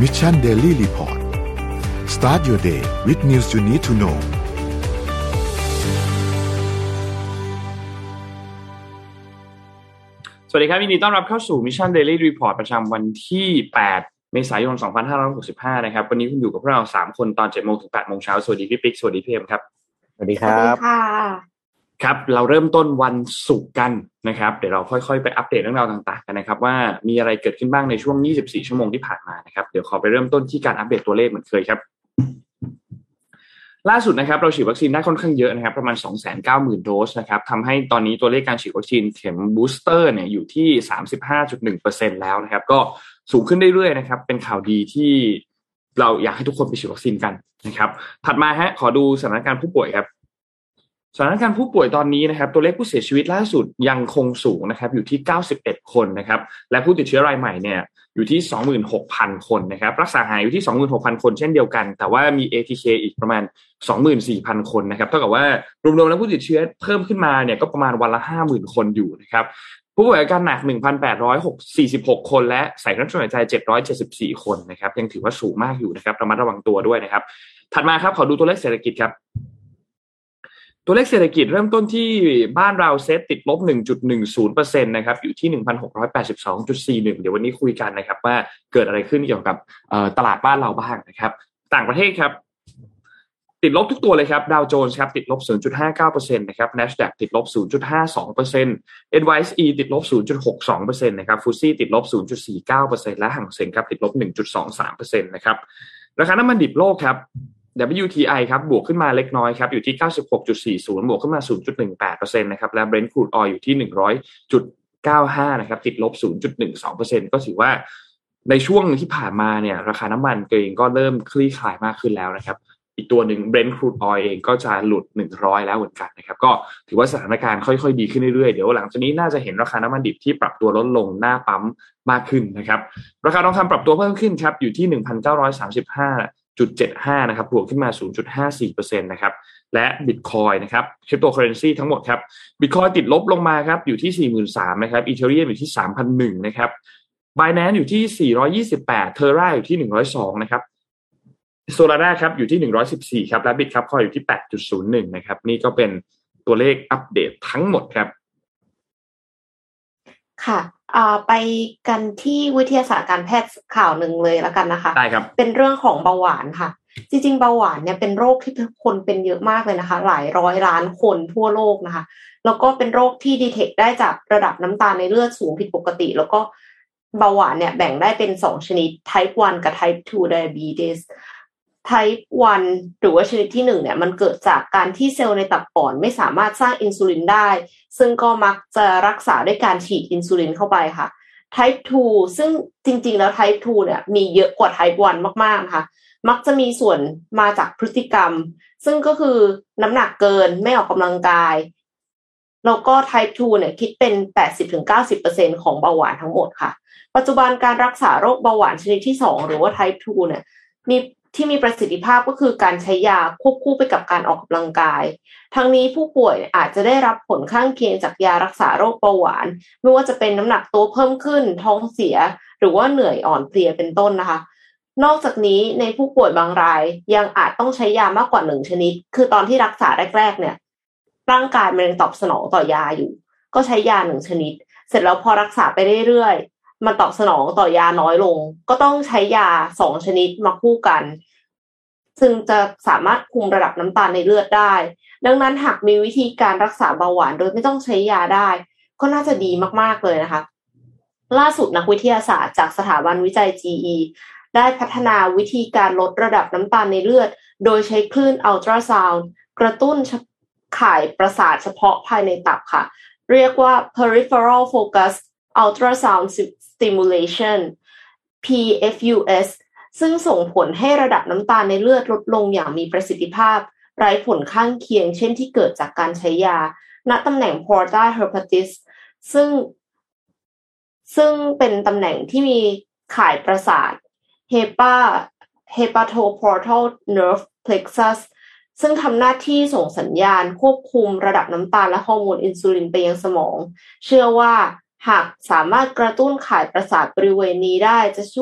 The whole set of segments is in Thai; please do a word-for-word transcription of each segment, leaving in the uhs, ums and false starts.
Mission Daily Report start your day with news you need to know สวัสดีครับยินดีต้อนรับเข้าสู่ Mission Daily Report ประจำวันที่แปดเมษายนสองพันห้าร้อยหกสิบห้านะครับวันนี้คุณอยู่กับพวกเราสามคนตอน เจ็ดโมง ถึง แปดโมง เช้าสวัสดีพี่ปิ๊กสวัสดีพี่เอ็มครับสวัสดีครับค่ะครับเราเริ่มต้นวันศุกร์กันนะครับเดี๋ยวเราค่อยๆไปอัปเดตเรื่องราวต่างๆกันนะครับว่ามีอะไรเกิดขึ้นบ้างในช่วงยี่สิบสี่ชั่วโมงที่ผ่านมานะครับเดี๋ยวขอไปเริ่มต้นที่การอัปเดตตัวเลขเหมือนเคยครับล่าสุดนะครับเราฉีดวัคซีนได้ค่อนข้างเยอะนะครับประมาณ สองแสนเก้าหมื่น โดสนะครับทำให้ตอนนี้ตัวเลขการฉีดวัคซีนเข็มบูสเตอร์เนี่ยอยู่ที่ สามสิบห้าจุดหนึ่งเปอร์เซ็นต์ แล้วนะครับก็สูงขึ้นเรื่อยๆนะครับเป็นข่าวดีที่เราอยากให้ทุกคนไปฉีดวัคซีนกันนะครับถัดมาฮะขอดูสถานการณ์ผู้ป่วยครับสถานการณ์ผู้ป่วยตอนนี้นะครับตัวเลขผู้เสียชีวิตล่าสุดยังคงสูงนะครับอยู่ที่เก้าสิบเอ็ดคนนะครับและผู้ติดเชื้อรายใหม่เนี่ยอยู่ที่ สองหมื่นหกพัน คนนะครับรักษาหายอยู่ที่ สองหมื่นหกพัน คนเช่นเดียวกันแต่ว่ามี เอ ที เค อีกประมาณ สองหมื่นสี่พัน คนนะครับเท่ากับว่ารวมๆแล้วผู้ติดเชื้อเพิ่มขึ้นมาเนี่ยก็ประมาณวันละ ห้าหมื่น คนอยู่นะครับผู้ป่วยอาการหนัก หนึ่งพันแปดร้อยสี่สิบหก คนและใส่เครื่องช่วยหายใจเจ็ดร้อยเจ็ดสิบสี่คนนะครับยังถือว่าสูงมากอยู่นะครับระมัดระวังตัวด้วยนะครับถัดมาครับขอดูตัวเลขเศรษฐกิจครับตัวเลขเศรษฐกิจเริ่มต้นที่บ้านเราเซตติดลบ หนึ่งจุดหนึ่งศูนย์เปอร์เซ็นต์ นะครับอยู่ที่ หนึ่งพันหกร้อยแปดสิบสองจุดสี่หนึ่ง เดี๋ยววันนี้คุยกันนะครับว่าเกิดอะไรขึ้นเกี่ยวกับตลาดบ้านเราบ้างนะครับต่างประเทศครับติดลบทุกตัวเลยครับดาวโจนส์ครับติดลบ ศูนย์จุดห้าเก้าเปอร์เซ็นต์ นะครับ NASDAQ ติดลบ ศูนย์จุดห้าสองเปอร์เซ็นต์ เอ็น วาย เอส อี ติดลบ ศูนย์จุดหกสองเปอร์เซ็นต์ นะครับ เอฟ ที เอ เอส ติดลบ ศูนย์จุดสี่เก้าเปอร์เซ็นต์ และหั่งเส็งครับติดลบ หนึ่งจุดสองสามเปอร์เซ็นต์ นะครับราคาน้ำมันดิบโลกครับดับเบิลยู ที ไอ ครับบวกขึ้นมาเล็กน้อยครับอยู่ที่ เก้าสิบหกจุดสี่ศูนย์ บวกขึ้นมา ศูนย์จุดหนึ่งแปดเปอร์เซ็นต์ นะครับและ Brent crude oil อยู่ที่ หนึ่งร้อยจุดเก้าห้า นะครับติดลบ ศูนย์จุดหนึ่งสองเปอร์เซ็นต์ ก็ถือว่าในช่วงที่ผ่านมาเนี่ยราคาน้ำมันเองก็เริ่มคลี่คลายมากขึ้นแล้วนะครับอีกตัวหนึ่ง Brent crude oil เองก็จะหลุดหนึ่งร้อยแล้วเหมือนกันนะครับก็ถือว่าสถานการณ์ค่อยๆดีขึ้นเรื่อยๆเดี๋ยวหลังจากนี้น่าจะเห็นราคาน้ำมันดิบที่ปรับตัวลดลงหน้าปั๊มมากขึ้นนะครับราคาทองคำปรับตัวเพิ่มขึ้นครับอยู่ที่ หนึ่งพันเก้าร้อยสามสิบห้าจุดเจ็ดห้า นะครับบวกขึ้นมา ศูนย์จุดห้าสี่เปอร์เซ็นต์ นะครับและ Bitcoin นะครับคริปโตเคอเรนซีทั้งหมดครับ Bitcoin ติดลบลงมาครับอยู่ที่ สี่หมื่นสามพัน นะครับ Ethereum อยู่ที่ สามพันหนึ่ง นะครับ Binance อยู่ที่สี่ร้อยยี่สิบแปด Terra อยู่ที่หนึ่งร้อยสองนะครับ Solana ครับอยู่ที่หนึ่งร้อยสิบสี่ครับและ Bitcoin อยู่ที่ แปดจุดศูนย์หนึ่ง นะครับนี่ก็เป็นตัวเลขอัปเดตทั้งหมดครับค่ะไปกันที่วิทยาศาสตร์การแพทย์ข่าวหนึ่งเลยแล้วกันนะคะได้ครับเป็นเรื่องของเบาหวานค่ะจริงๆเบาหวานเนี่ยเป็นโรคที่คนเป็นเยอะมากเลยนะคะหลายร้อยล้านคนทั่วโลกนะคะแล้วก็เป็นโรคที่ดีเทคได้จากระดับน้ำตาลในเลือดสูงผิดปกติแล้วก็เบาหวานเนี่ยแบ่งได้เป็นสองชนิด Type วัน กับ Type ทู Diabetes Type วัน หรือว่าชนิดที่หนึ่งเนี่ยมันเกิดจากการที่เซลล์ในตับอ่อนไม่สามารถสร้างอินซูลินได้ซึ่งก็มักจะรักษาด้วยการฉีดอินซูลินเข้าไปค่ะ Type ทู ซึ่งจริงๆแล้ว Type ทูเนี่ยมีเยอะกว่า Type วันมากๆค่ะมักจะมีส่วนมาจากพฤติกรรมซึ่งก็คือน้ำหนักเกินไม่ออกกำลังกายแล้วก็ Type ทูเนี่ยคิดเป็น แปดสิบถึงเก้าสิบเปอร์เซ็นต์ ของเบาหวานทั้งหมดค่ะปัจจุบันการรักษาโรคเบาหวานชนิดที่สองหรือว่า Type ทูเนี่ยมีที่มีประสิทธิภาพก็คือการใช้ยาควบคู่ไปกับการออกกำลังกายทั้งนี้ผู้ป่วยอาจจะได้รับผลข้างเคียงจากยารักษาโรคเบาหวานไม่ว่าจะเป็นน้ำหนักตัวเพิ่มขึ้นท้องเสียหรือว่าเหนื่อยอ่อนเพลียเป็นต้นนะคะนอกจากนี้ในผู้ป่วยบางรายยังอาจต้องใช้ยามากกว่าหนึ่งชนิดคือตอนที่รักษาแรกๆเนี่ยร่างกายมันยังตอบสนองต่อยาอยู่ก็ใช้ยาหนึ่งชนิดเสร็จแล้วพอรักษาไปเรื่อยๆมันตอบสนองต่อยาน้อยลงก็ต้องใช้ยาสองชนิดมาคู่กันซึ่งจะสามารถคุมระดับน้ำตาลในเลือดได้ดังนั้นหากมีวิธีการรักษาเบาหวานโดยไม่ต้องใช้ยาได้ก็น่าจะดีมากๆเลยนะคะล่าสุดนักวิทยาศาสตร์จากสถาบันวิจัย จี อี ได้พัฒนาวิธีการลดระดับน้ำตาลในเลือดโดยใช้คลื่นอัลตราซาวด์กระตุ้นข่ายประสาทเฉพาะภายในตับค่ะเรียกว่า peripheral focused ultrasound stimulation พี เอฟ ยู เอส ซึ่งส่งผลให้ระดับน้ำตาลในเลือดลดลงอย่างมีประสิทธิภาพไร้ผลข้างเคียงเช่นที่เกิดจากการใช้ยาณตำแหน่ง porta hepatis ซึ่งซึ่งเป็นตำแหน่งที่มีข่ายประสาท hepa hepatoportal nerve plexus ซึ่งทำหน้าที่ส่งสัญญาณควบคุมระดับน้ำตาลและฮอร์โมนอินซูลินไปยังสมองเชื่อว่าหากสามารถกระตุ้นข่ายประสาทบริเวณนี้ได้จะช่วย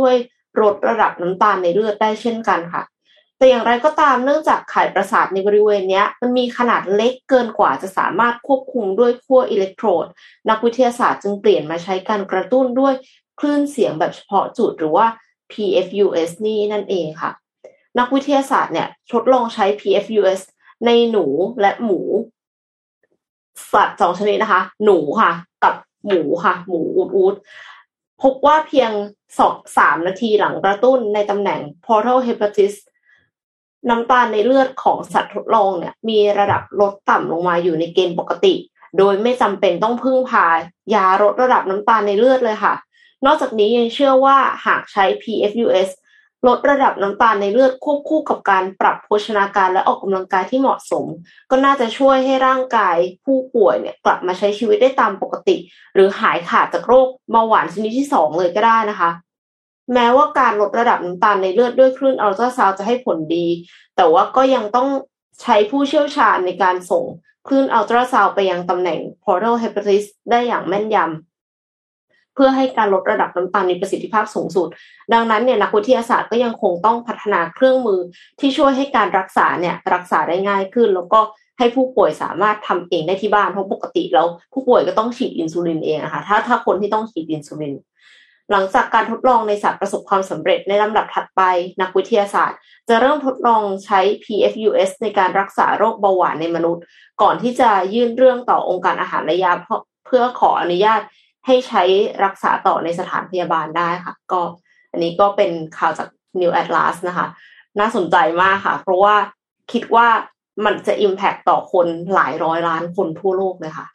ลดระดับน้ำตาลในเลือดได้เช่นกันค่ะแต่อย่างไรก็ตามเนื่องจากไขประสาทในบริเวณนี้มันมีขนาดเล็กเกินกว่าจะสามารถควบคุมด้วยขั้วอิเล็กโทรดนักวิทยาศาสตร์จึงเปลี่ยนมาใช้การกระตุ้นด้วยคลื่นเสียงแบบเฉพาะจุดหรือว่า พี เอฟ ยู เอส นี่นั่นเองค่ะนักวิทยาศาสตร์เนี่ยทดลองใช้ พี เอฟ ยู เอส ในหนูและหมูสัตว์สองชนิดนะคะหนูค่ะกับหมูค่ะหมูอูฐพบว่าเพียงสอง สามนาทีหลังกระตุ้นในตำแหน่ง portal hepatis น้ำตาลในเลือดของสัตว์ทดลองเนี่ยมีระดับลดต่ำลงมาอยู่ในเกณฑ์ปกติโดยไม่จำเป็นต้องพึ่งพายาลดระดับน้ำตาลในเลือดเลยค่ะนอกจากนี้ยังเชื่อว่าหากใช้ พี เอฟ ยู เอส ลดระดับน้ำตาลในเลือดควบคู่กับการปรับโภชนาการและออกกำลังกายที่เหมาะสมก็น่าจะช่วยให้ร่างกายผู้ป่วยเนี่ยกลับมาใช้ชีวิตได้ตามปกติหรือหายขาดจากโรคเบาหวานชนิดที่สองเลยก็ได้นะคะแม้ว่าการลดระดับน้ำตาลในเลือดด้วยคลื่นอัลตราซาวด์จะให้ผลดีแต่ว่าก็ยังต้องใช้ผู้เชี่ยวชาญในการส่งคลื่นอัลตราซาวด์ไปยังตำแหน่ง portal hepatis ได้อย่างแม่นยำเพื่อให้การลดระดับน้ำตาลมีประสิทธิภาพสูงสุดดังนั้นเนี่ยนักวิทยาศาสตร์ก็ยังคงต้องพัฒนาเครื่องมือที่ช่วยให้การรักษาเนี่ยรักษาได้ง่ายขึ้นแล้วก็ให้ผู้ป่วยสามารถทำเองได้ที่บ้านเพราะปกติแล้วผู้ป่วยก็ต้องฉีดอินซูลินเองนะคะถ้าถ้าคนที่ต้องฉีดอินซูลินหลังจากการทดลองในสัตว์ประสบความสำเร็จในลำดับถัดไปนักวิทยาศาสตร์จะเริ่มทดลองใช้ พี เอฟ ยู เอส ในการรักษาโรคเบาหวานในมนุษย์ก่อนที่จะยื่นเรื่องต่อองค์การอาหารและยาเพื่อขออนุญาตให้ใช้รักษาต่อในสถานพยาบาลได้ค่ะก็อันนี้ก็เป็นข่าวจาก New Atlas นะคะน่าสนใจมากค่ะเพราะว่าคิดว่ามันจะ impact ต่อคนหลายร้อยล้านคนทั่วโลกเลยค่ะ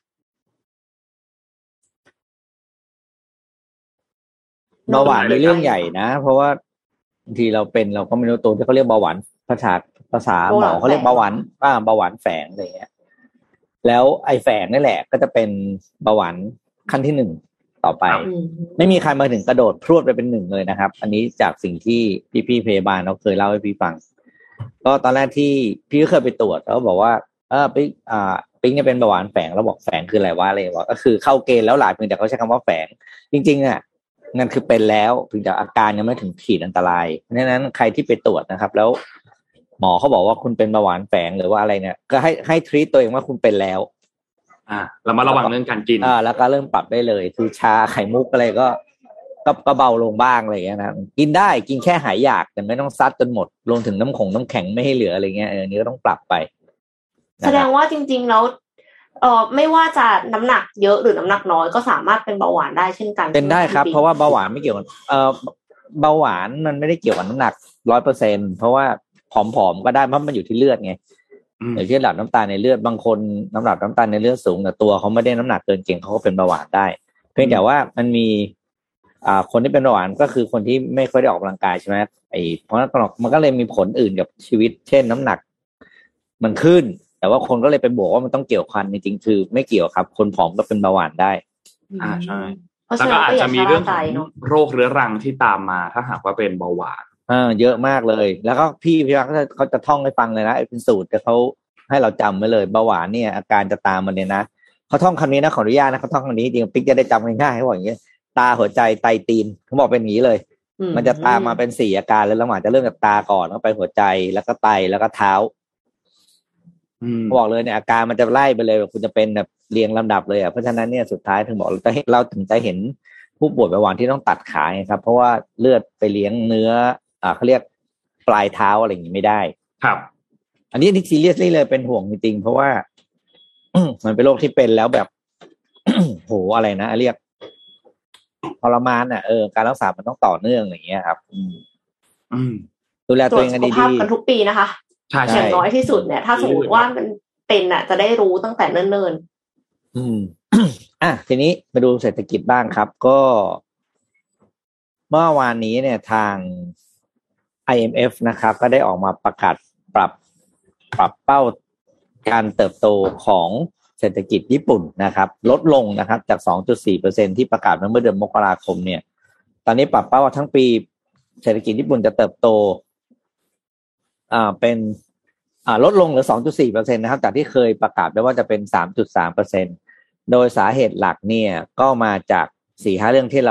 เบาหวานเป็นเรื่องใหญ่นะเพราะว่าบางทีเราเป็นเราก็ไม่รู้ตัวที่เขาเรียกเบาหวานภาษาภาษาหมอเขาเรียกเบาหวานอ่าเบาหวานแฝงอะไรเงี้ยแล้วไอ้แฝงนี่แหละก็จะเป็นเบาหวานขั้นที่หนึ่งต่อไปไม่มีใครมาถึงกระโดดพรวดไปเป็นหนึ่งเลยนะครับอันนี้จากสิ่งที่พี่ๆพยาบาลเขาเคยเล่าให้พี่ฟังก็ตอนแรกที่พี่ก็เคยไปตรวจเขาบอกว่าเออปิ๊กอ่าปิ๊กเนี่ยเป็นเบาหวานแฝงแล้วบอกแฝงคืออะไรวะอะไรวะก็คือเข้าเกณฑ์แล้วหลายเพียงแต่เขาใช้คำว่าแฝงจริงๆอ่ะนั่นคือเป็นแล้วถึงจะอาการยังไม่ถึงขีดอันตรายเพราะฉะนั้นใครที่ไปตรวจนะครับแล้วหมอเขาบอกว่าคุณเป็นเบาหวานแฝงหรือว่าอะไรเนี่ยก็ให้ให้ทรีตตัวเองว่าคุณเป็นแล้วอ่าเรามาระวังเรื่องการกินอ่าแล้วก็เริ่มปรับได้เลยคือชาไข่มุกอะไรก็ก็ก็เบาลงบ้างอะไรอย่างเงี้ยนะกินได้กินแค่หายอยากแต่ไม่ต้องซัดจนหมดรวมถึงน้ำขงน้ำแข็งไม่ให้เหลืออะไรเงี้ยเออนี่ก็ต้องปรับไปแสดงว่าจริงๆแล้วเอ่อไม่ว่าจะน้ำหนักเยอะหรือน้ำหนักน้อยก็สามารถเป็นเบาหวานได้เช่นกันเป็นได้ครับเพราะว่าเบาหวานไม่เกี่ยวกับเอ่อเบาหวานมันไม่ได้เกี่ยวกับน้ำหนัก ร้อยเปอร์เซ็นต์ เพราะว่าผอมๆก็ได้เพราะมันอยู่ที่เลือดไงอย่างเช่นระดับน้ำตาลในเลือดบางคนน้ำหนักน้ำตาลในเลือดสูงแต่ตัวเขาไม่ได้น้ำหนักเกินเกณฑ์เขาก็เป็นเบาหวานได้เพียงแต่ว่ามันมีอ่าคนที่เป็นเบาหวานก็คือคนที่ไม่ค่อยได้ออกกำลังกายใช่ไหมไอ้เพราะนั้นมันก็เลยมีผลอื่นกับชีวิตเช่นน้ำหนักมันขึ้นแต่ว่าคนก็เลยไปบอกว่ามันต้องเกี่ยวพันจริงๆคือไม่เกี่ยวครับคนผอมก็เป็นเบาหวานได้อ่าใช่แล้วก็อาจจะมีเรื่องของโรคเรื้อรังที่ตามมาถ้าหากว่าเป็นเบาหวานอ่าเยอะมากเลยแล้วก็พี่พี่ว่าเขาจะเขาจะท่องให้ฟังเลยนะเป็นสูตรแต่เขาให้เราจำไว้เลยเบาหวานเนี่ยอาการจะตามมันเนี่ยนะเขาท่องคำนี้นะขออนุญาตนะเขาท่องคำนี้จริงปิ๊กจะได้จำง่ายๆเขาบอกอย่างเงี้ยตาหัวใจไตตีนเขาบอกเป็นอย่างนี้เลยมันจะตามมาเป็นสี่อาการแล้วเราอาจจะเริ่มจากตาก่อนแล้วไปหัวใจแล้วก็ไตแล้วก็เท้าบอกเลยเนี่ยอาการมันจะไล่ไปเลยคุณจะเป็นแบบเรียงลำดับเลยอ่ะเพราะฉะนั้นเนี่ยสุดท้ายถึงบอกเราจะเราถึงจะเห็นผู้ป่วยเบาหวานที่ต้องตัดขาครับเพราะว่าเลือดไปเลี้ยงเนื้ออ่าเขาเรียกปลายเท้าอะไรอย่างนี้ไม่ได้ครับอันนี้ที่ซีเรียสนี่เลยเป็นห่วงจริงๆเพราะว่า มันเป็นโรคที่เป็นแล้วแบบ โหอะไรนะเรียกทรมานอ่ะเออการรักษามันต้องต่อเนื่องอย่างเงี้ยครับอืมอืมดูแลตัวเองกันดีๆตรวจสุขภาพกันทุกปีนะคะใช่อย่างน้อยที่สุดเนี่ยถ้าสมมติว่ามันเป็นอ่ะจะได้รู้ตั้งแต่เนิ่นๆอืม อ่ะทีนี้มาดูเศรษฐกิจบ้างครับก็เมื่อวานนี้เนี่ยทาง ไอ เอ็ม เอฟ นะครับก็ได้ออกมาประกาศปรับปรับเป้าการเติบโตของเศรษฐกิจญี่ปุ่นนะครับลดลงนะครับจาก สองจุดสี่เปอร์เซ็นต์ ที่ประกาศเมื่อเดือนมกราคมเนี่ยตอนนี้ปรับเป้าว่าทั้งปีเศรษฐกิจญี่ปุ่นจะเติบโตอ่าเป็นอ่าลดลงเหลือ สองจุดสี่เปอร์เซ็นต์ นะครับจากที่เคยประกาศไว้ว่าจะเป็น สามจุดสามเปอร์เซ็นต์ โดยสาเหตุหลักเนี่ยก็มาจาก สี่ห้า เรื่องที่เรา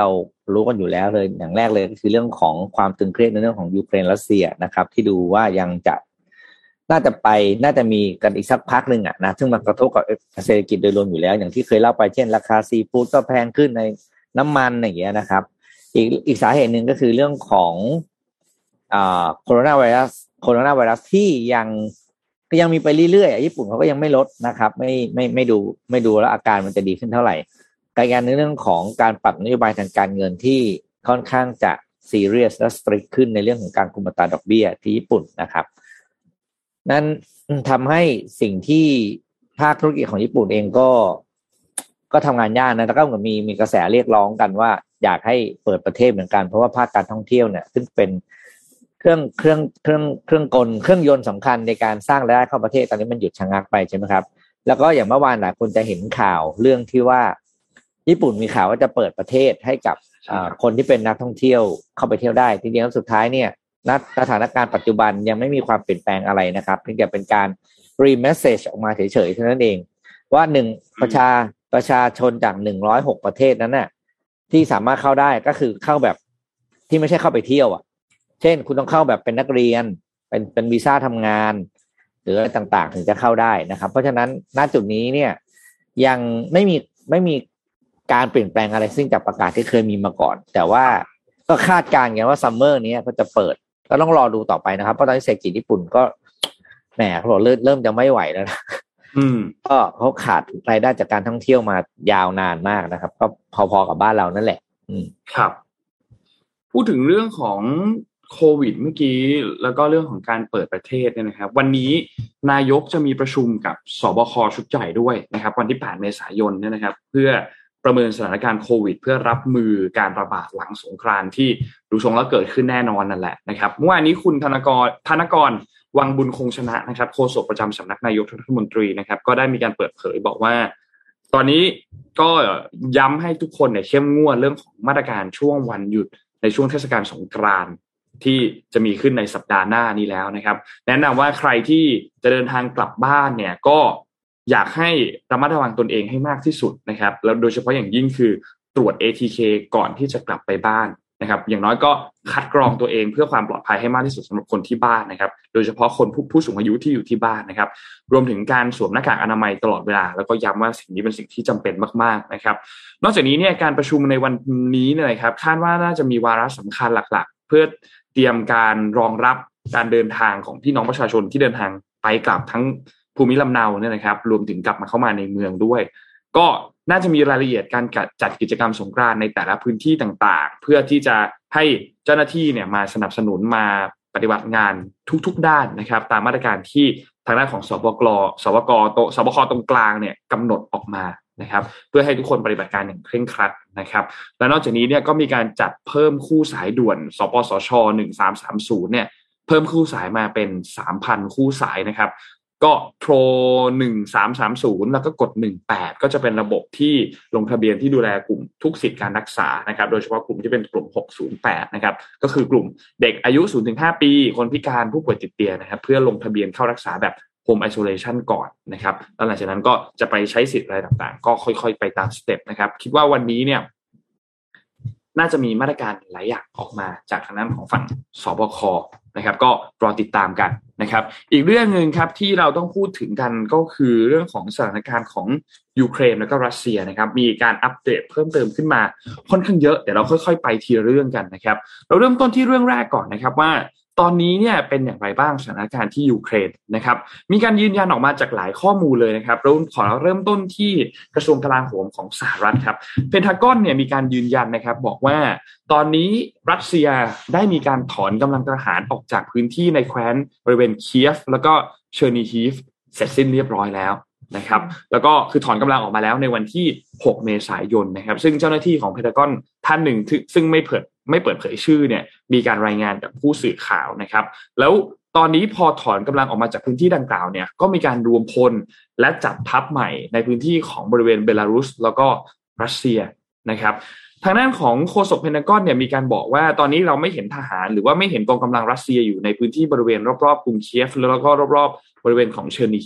รู้กันอยู่แล้วเลยอย่างแรกเลยก็คือเรื่องของความตึงเครียดในเรื่องของยูเครนรัสเซียนะครับที่ดูว่ายังจะน่าจะไปน่าจะมีกันอีกสักพักหนึ่งอ่ะนะซึ่งมันกระทบกับเศรษฐกิจโดยรวมอยู่แล้วอย่างที่เคยเล่าไปเช่นราคาซีฟู้ดก็แพงขึ้นในน้ำมันอย่างเงี้ยนะครับอีกอีกสาเหตุหนึ่งก็คือเรื่องของอ่าโคโรนาไวรัสโคโรนาไวรัสที่ยังก็ยังมีไปเรื่อยๆญี่ปุ่นเขาก็ยังไม่ลดนะครับไม่ไม่ไม่ดูไม่ดูแล้วอาการมันจะดีขึ้นเท่าไหร่การงานในเรื่องของการปรับนโยบายทางการเงินที่ค่อนข้างจะซีเรียสและสตริกขึ้นในเรื่องของการคุมอัตราดอกเบี้ยที่ญี่ปุ่นนะครับนั่นทำให้สิ่งที่ภาคธุรกิจของญี่ปุ่นเองก็ก็ทำงานยากนะแล้วก็เหมือนมีมีกระแสเรียกร้องกันว่าอยากให้เปิดประเทศเหมือนกันเพราะว่าภาคการท่องเที่ยวเนี่ยซึ่งเป็นเครื่องเครื่องเครื่องเครื่องกลเครื่องยนต์สำคัญในการสร้างรายได้เข้าประเทศตอนนี้มันหยุดชะงักไปใช่ไหมครับแล้วก็อย่างเมื่อวานหลายคนจะเห็นข่าวเรื่องที่ว่าญี่ปุ่นมีข่าวว่าจะเปิดประเทศให้กับคนที่เป็นนักท่องเที่ยวเข้าไปเที่ยวได้ทีเดียวสุดท้ายเนี่ยณสถานการณ์ปัจจุบันยังไม่มีความเปลี่ยนแปลงอะไรนะครับเพียงแต่เป็นการรีเมสเซจออกมาเฉยๆเท่านั้นเองว่าหนึ่งประชาประชาชนจากหนึ่งร้อยหกประเทศนั้นน่ะที่สามารถเข้าได้ก็คือเข้าแบบที่ไม่ใช่เข้าไปเที่ยวอ่ะเช่นคุณต้องเข้าแบบเป็นนักเรียนเป็นเป็นวีซ่าทำงานหรืออะไรต่างๆถึงจะเข้าได้นะครับเพราะฉะนั้นณจุดนี้เนี่ยยังไม่มีไม่มีการเปลี่ยนแปลงอะไรซึ่งจากประกาศที่เคยมีมาก่อนแต่ว่าก็คาดการณ์กันว่าซัมเมอร์นี้ก็จะเปิดก็ต้องรอดูต่อไปนะครับเพราะตอนนี้เศรษฐกิจญี่ปุ่นก็แหมเขาบอกเริ่มเริ่มจะไม่ไหวแล้วนะอืมก็เขาขาดรายได้จากการท่องเที่ยวมายาวนานมากนะครับก็พอๆกับบ้านเรานั่นแหละอืมครับพูดถึงเรื่องของโควิดเมื่อกี้แล้วก็เรื่องของการเปิดประเทศเนี่ยนะครับวันนี้นายกจะมีประชุมกับสบคชุดใหญ่ด้วยนะครับวันที่แปดเมษายนเนี่ยนะครับเพื่อประเมินสถานการณ์โควิดเพื่อรับมือการระบาดหลังสงกรานต์ที่ดูทรงแล้วเกิดขึ้นแน่นอนนั่นแหละนะครับเมื่อวานนี้คุณธนกรธนกรวังบุญคงชนะนะครับโฆษกประจำสำนักนายกรัฐมนตรีนะครับก็ได้มีการเปิดเผยบอกว่าตอนนี้ก็ย้ำให้ทุกคนเนี่ยเข้มงวดเรื่องของมาตรการช่วงวันหยุดในช่วงเทศกาลสงกรานต์ที่จะมีขึ้นในสัปดาห์หน้านี้แล้วนะครับแนะนำว่าใครที่จะเดินทางกลับบ้านเนี่ยก็อยากให้ระมัดระวังตนเองให้มากที่สุดนะครับแล้วโดยเฉพาะอย่างยิ่งคือตรวจ เอ ที เค ก่อนที่จะกลับไปบ้านนะครับอย่างน้อยก็คัดกรองตัวเองเพื่อความปลอดภัยให้มากที่สุดสำหรับคนที่บ้านนะครับโดยเฉพาะคนผู้ผู้สูงอายุที่อยู่ที่บ้านนะครับรวมถึงการสวมหน้ากากอนามัยตลอดเวลาแล้วก็ย้ำว่าสิ่งนี้เป็นสิ่งที่จำเป็นมากๆนะครับนอกจากนี้เนี่ยการประชุมในวันนี้เนี่ยครับคาดว่าน่าจะมีวาระสำคัญหลักๆเพื่อเตรียมการรองรับการเดินทางของพี่น้องประชาชนที่เดินทางไปกลับทั้งภูมิลำเนาเนี่ยนะครับรวมถึงกลับมาเข้ามาในเมืองด้วยก็น่าจะมีรายละเอียดการจัดกิจกรรมสงกรานต์ในแต่ละพื้นที่ต่างๆเพื่อที่จะให้เจ้าหน้าที่เนี่ยมาสนับสนุนมาปฏิบัติงานทุกๆด้านนะครับตามมาตรการที่ทางด้านของสบกสบกโตสบคตรงกลางเนี่ยกำหนดออกมานะครับเพื่อให้ทุกคนปฏิบัติการอย่างเคร่งครัดนะครับและนอกจากนี้เนี่ยก็มีการจัดเพิ่มคู่สายด่วนสปสชหนึ่งสามสามศูนย์เนี่ยเพิ่มคู่สายมาเป็น สามพัน คู่สายนะครับก็โทรหนึ่งสามสามศูนย์แล้วก็กดหนึ่งแปดก็จะเป็นระบบที่ลงทะเบียนที่ดูแลกลุ่มทุกสิทธิการรักษานะครับโดยเฉพาะกลุ่มที่เป็นกลุ่มหกศูนย์แปดนะครับก็คือกลุ่มเด็กอายุ ศูนย์ถึงห้า ปีคนพิการผู้ป่วยติดเตียงนะครับเพื่อลงทะเบียนเข้ารักษาแบบHome Isolation ก่อนนะครับแล้วหลังจากนั้นก็จะไปใช้สิทธิ์อะไรต่างๆก็ค่อยๆไปตามสเต็ปนะครับคิดว่าวันนี้เนี่ยน่าจะมีมาตรการหลายอย่างออกมาจากทางด้านของฝั่งสบคนะครับก็รอติดตามกันนะครับอีกเรื่องนึงครับที่เราต้องพูดถึงกันก็คือเรื่องของสถานการณ์ของยูเครนแล้วก็รัสเซียนะครับมีการอัปเดตเพิ่มเติมขึ้นมาค่อนข้างเยอะเดี๋ยวเราค่อยๆไปทีละเรื่องกันนะครับเราเริ่มต้นที่เรื่องแรกก่อนนะครับว่าตอนนี้เนี่ยเป็นอย่างไรบ้างสถานการณ์ที่ยูเครนนะครับมีการยืนยันออกมาจากหลายข้อมูลเลยนะครับเราขอเริ่มต้นที่กระทรวงกลาโหมของสหรัฐครับเพนทากอนเนี่ยมีการยืนยันนะครับบอกว่าตอนนี้รัสเซียได้มีการถอนกำลังทหารออกจากพื้นที่ในแคว้นบริเวณเคียฟแล้วก็เชอร์นีฮีฟเสร็จสิ้นเรียบร้อยแล้วนะครับแล้วก็คือถอนกำลังออกมาแล้วในวันที่หกเมษายนนะครับซึ่งเจ้าหน้าที่ของเพนทากอนท่านหนึ่งซึ่งไม่เผยไม่เปิดเผยชื่อเนี่ยมีการรายงานกับผู้สื่อข่าวนะครับแล้วตอนนี้พอถอนกำลังออกมาจากพื้นที่ดังกล่าวเนี่ยก็มีการรวมพลและจัดทัพใหม่ในพื้นที่ของบริเวณเบลารุสแล้วก็รัสเซียนะครับทางด้านของโฆษกเพนทากอนเนี่ยมีการบอกว่าตอนนี้เราไม่เห็นทหารหรือว่าไม่เห็นกองกำลังรัสเซียอยู่ในพื้นที่บริเวณรอบๆกรุงเคียฟแล้วก็รอบๆบริเวณของเชอร์นีฮีฟ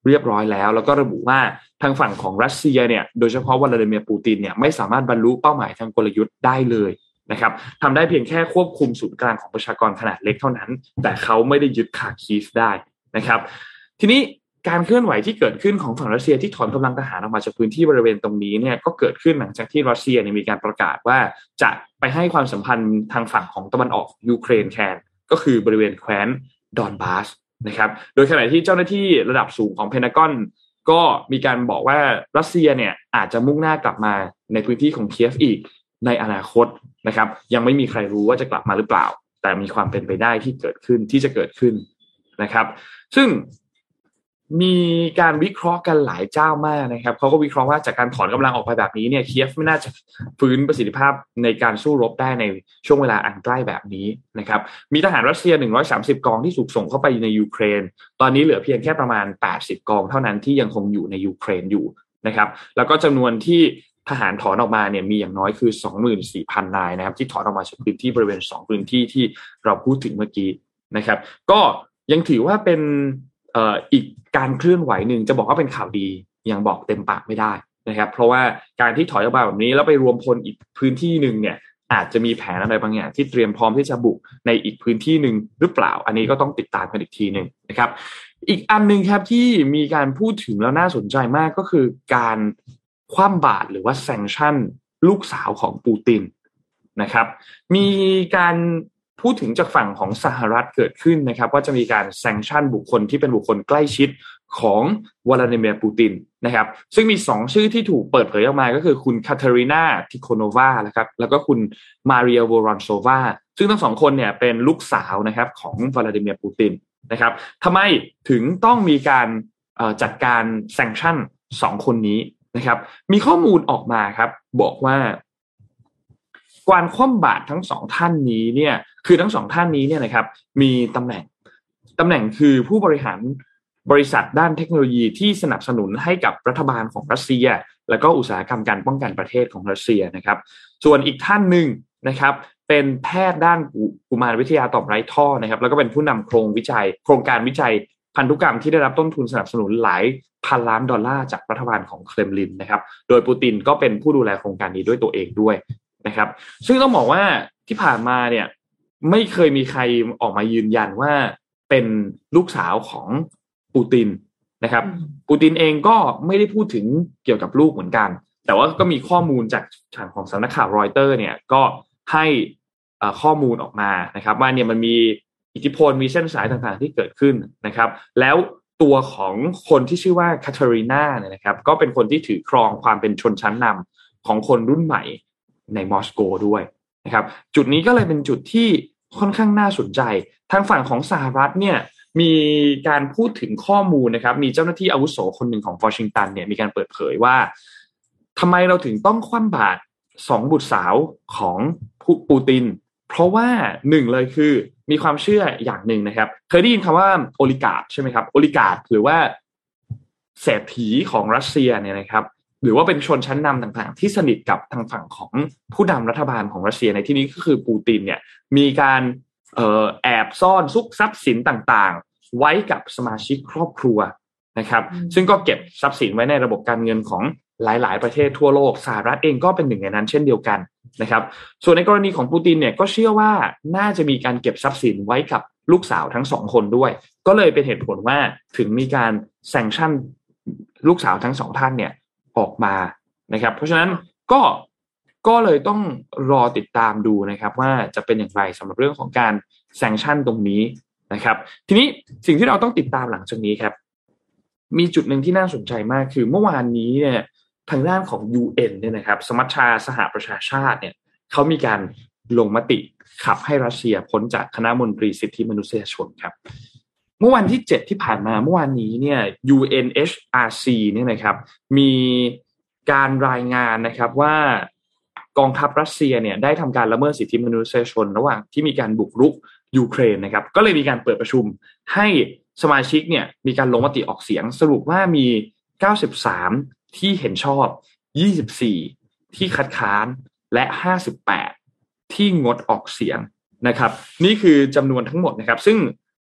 เรียบร้อยแล้วแล้วก็ระบุว่าทางฝั่งของรัสเซียเนี่ยโดยเฉพาะวลาดิเมียร์ปูตินเนี่ยไม่สามารถบรรลุเป้าหมายทางกลยุทธ์ได้เลยนะครับทำได้เพียงแค่ควบคุมศูนย์กลางของประชากรขนาดเล็กเท่านั้นแต่เขาไม่ได้ยึดคาคีฟได้นะครับทีนี้การเคลื่อนไหวที่เกิดขึ้นของฝั่งรัสเซียที่ถอนกำลังทหารออกมาจากพื้นที่บริเวณตรงนี้เนี่ยก็เกิดขึ้นหลังจากที่รัสเซียเนี่ยมีการประกาศว่าจะไปให้ความสัมพันธ์ทางฝั่งของตะวันออกยูเครนแทนก็คือบริเวณแคว้นดอนบาสนะครับโดยขณะที่เจ้าหน้าที่ระดับสูงของเพนทากอนก็มีการบอกว่ารัสเซียเนี่ยอาจจะมุ่งหน้ากลับมาในพื้นที่ของเคียฟอีกในอนาคตนะครับยังไม่มีใครรู้ว่าจะกลับมาหรือเปล่าแต่มีความเป็นไปได้ที่เกิดขึ้นที่จะเกิดขึ้นนะครับซึ่งมีการวิเคราะห์กันหลายเจ้ามากนะครับเขาก็วิเคราะห์ว่าจากการถอนกำลังออกไปแบบนี้เนี่ยเคียฟไม่น่าจะฟื้นประสิทธิภาพในการสู้รบได้ในช่วงเวลาอันใกล้แบบนี้นะครับมีทหารรัสเซียหนึ่งร้อยสามสิบกองที่ถูกส่งเข้าไปในยูเครนตอนนี้เหลือเพียงแค่ประมาณแปดสิบกองเท่านั้นที่ยังคงอยู่ในยูเครนอยู่นะครับแล้วก็จำนวนที่ทหารถอนออกมาเนี่ยมีอย่างน้อยคือ สองหมื่นสี่พัน นายนะครับที่ถอนออกมาจากพื้นที่บริเวณสองพื้นที่ที่เราพูดถึงเมื่อกี้นะครับก็ยังถือว่าเป็นเอ่ออีกการเคลื่อนไหวหนึ่งจะบอกว่าเป็นข่าวดียังบอกเต็มปากไม่ได้นะครับเพราะว่าการที่ถอยออกมาแบบนี้แล้วไปรวมพลอีกพื้นที่นึงเนี่ยอาจจะมีแผนอะไรบางอย่างที่เตรียมพร้อมที่จะบุกในอีกพื้นที่นึงหรือเปล่าอันนี้ก็ต้องติดตามกันอีกทีนึงนะครับอีกอันนึงครับที่มีการพูดถึงแล้วน่าสนใจมากก็คือการคว่ำบาตรหรือว่าแซงชั่นลูกสาวของปูตินนะครับมีการพูดถึงจากฝั่งของสหรัฐเกิดขึ้นนะครับว่าจะมีการแซงชั่นบุคคลที่เป็นบุคคลใกล้ชิดของวลาดิเมียร์ปูตินนะครับซึ่งมีสองชื่อที่ถูกเปิดเผยออกมาก็คือคุณคาเทรินาทิโคโนวานะครับแล้วก็คุณมาเรียโวรอนโซวาซึ่งทั้งสองคนเนี่ยเป็นลูกสาวนะครับของวลาดิเมียร์ปูตินนะครับทำไมถึงต้องมีการจัดการแซงชั่นสองคนนี้นะครับมีข้อมูลออกมาครับบอกว่าการคว่ำบาตรทั้งสองท่านนี้เนี่ยคือทั้งสองท่านนี้เนี่ยนะครับมีตำแหน่งตำแหน่งคือผู้บริหารบริษัทด้านเทคโนโลยีที่สนับสนุนให้กับรัฐบาลของรัสเซียแล้วก็อุตสาหกรรมการป้องกันประเทศของรัสเซียนะครับส่วนอีกท่านหนึ่งนะครับเป็นแพทย์ด้านกุมารวิทยาต่อมไร้ท่อนะครับแล้วก็เป็นผู้นำโครงวิจัยโครงการวิจัยพันธุกรรมที่ได้รับต้นทุนสนับสนุนหลายพันล้านดอลลาร์จากรัฐบาลของเครมลินนะครับโดยปูตินก็เป็นผู้ดูแลโครงการนี้ด้วยตัวเองด้วยนะครับซึ่งต้องบอกว่าที่ผ่านมาเนี่ยไม่เคยมีใครออกมายืนยันว่าเป็นลูกสาวของปูตินนะครับปูตินเองก็ไม่ได้พูดถึงเกี่ยวกับลูกเหมือนกันแต่ว่าก็มีข้อมูลจากทางของสำนักข่าวรอยเตอร์เนี่ยก็ให้ข้อมูลออกมานะครับว่าเนี่ยมันมีอิทธิพลมีเส้นสายต่างๆที่เกิดขึ้นนะครับแล้วตัวของคนที่ชื่อว่าคาเทรินาเนี่ยนะครับก็เป็นคนที่ถือครองความเป็นชนชั้นนำของคนรุ่นใหม่ในมอสโกด้วยนะครับจุดนี้ก็เลยเป็นจุดที่ค่อนข้างน่าสนใจทางฝั่งของสหรัฐเนี่ยมีการพูดถึงข้อมูลนะครับมีเจ้าหน้าที่อาวุโสคนหนึ่งของวอชิงตันเนี่ยมีการเปิดเผยว่าทำไมเราถึงต้องคว่ำบาตรสองบุตรสาวของปูตินเพราะว่าหนึ่งเลยคือมีความเชื่ออย่างหนึ่งนะครับเคยได้ยินคำว่าโอลิการ์คใช่ไหมครับโอลิการ์คหรือว่าเศรษฐีของรัสเซียเนี่ยนะครับหรือว่าเป็นชนชั้นนำต่างๆที่สนิทกับทางฝั่งของผู้นำรัฐบาลของรัสเซียในที่นี้ก็คือปูตินเนี่ยมีการเอ่อแอบซ่อนซุกทรัพย์สินต่างๆไว้กับสมาชิกครอบครัวนะครับซึ่งก็เก็บทรัพย์สินไว้ในระบบการเงินของหลายๆประเทศทั่วโลกสหรัฐเองก็เป็นหนึ่งในนั้นเช่นเดียวกันนะครับส่วนในกรณีของปูตินเนี่ยก็เชื่อว่าน่าจะมีการเก็บทรัพย์สินไว้กับลูกสาวทั้งสองคนด้วยก็เลยเป็นเหตุผลว่าถึงมีการแซงชั่นลูกสาวทั้งสองท่านเนี่ยออกมานะครับเพราะฉะนั้นก็ก็เลยต้องรอติดตามดูนะครับว่าจะเป็นอย่างไรสำหรับเรื่องของการแซงชั่นตรงนี้นะครับทีนี้สิ่งที่เราต้องติดตามหลังจากนี้ครับมีจุดหนึ่งที่น่าสนใจมากคือเมื่อวานนี้เนี่ยทางด้านของ ยู เอ็น เนี่ยนะครับสมัชชาสหประชาชาติเนี่ยเขามีการลงมติขับให้รัสเซียพ้นจากคณะมนตรีสิทธิมนุษยชนครับเมื่อวันที่เจ็ดที่ผ่านมาเมื่อวานนี้เนี่ย ยู เอ็น เอช อาร์ ซี เนี่ยนะครับมีการรายงานนะครับว่ากองทัพรัสเซียเนี่ยได้ทำการละเมิดสิทธิมนุษยชนระหว่างที่มีการบุกรุกยูเครนนะครับก็เลยมีการเปิดประชุมให้สมาชิกเนี่ยมีการลงมติออกเสียงสรุปว่ามีเก้าสิบสามที่เห็นชอบยี่สิบสี่ที่คัดค้านและห้าสิบแปดที่งดออกเสียงนะครับนี่คือจำนวนทั้งหมดนะครับซึ่ง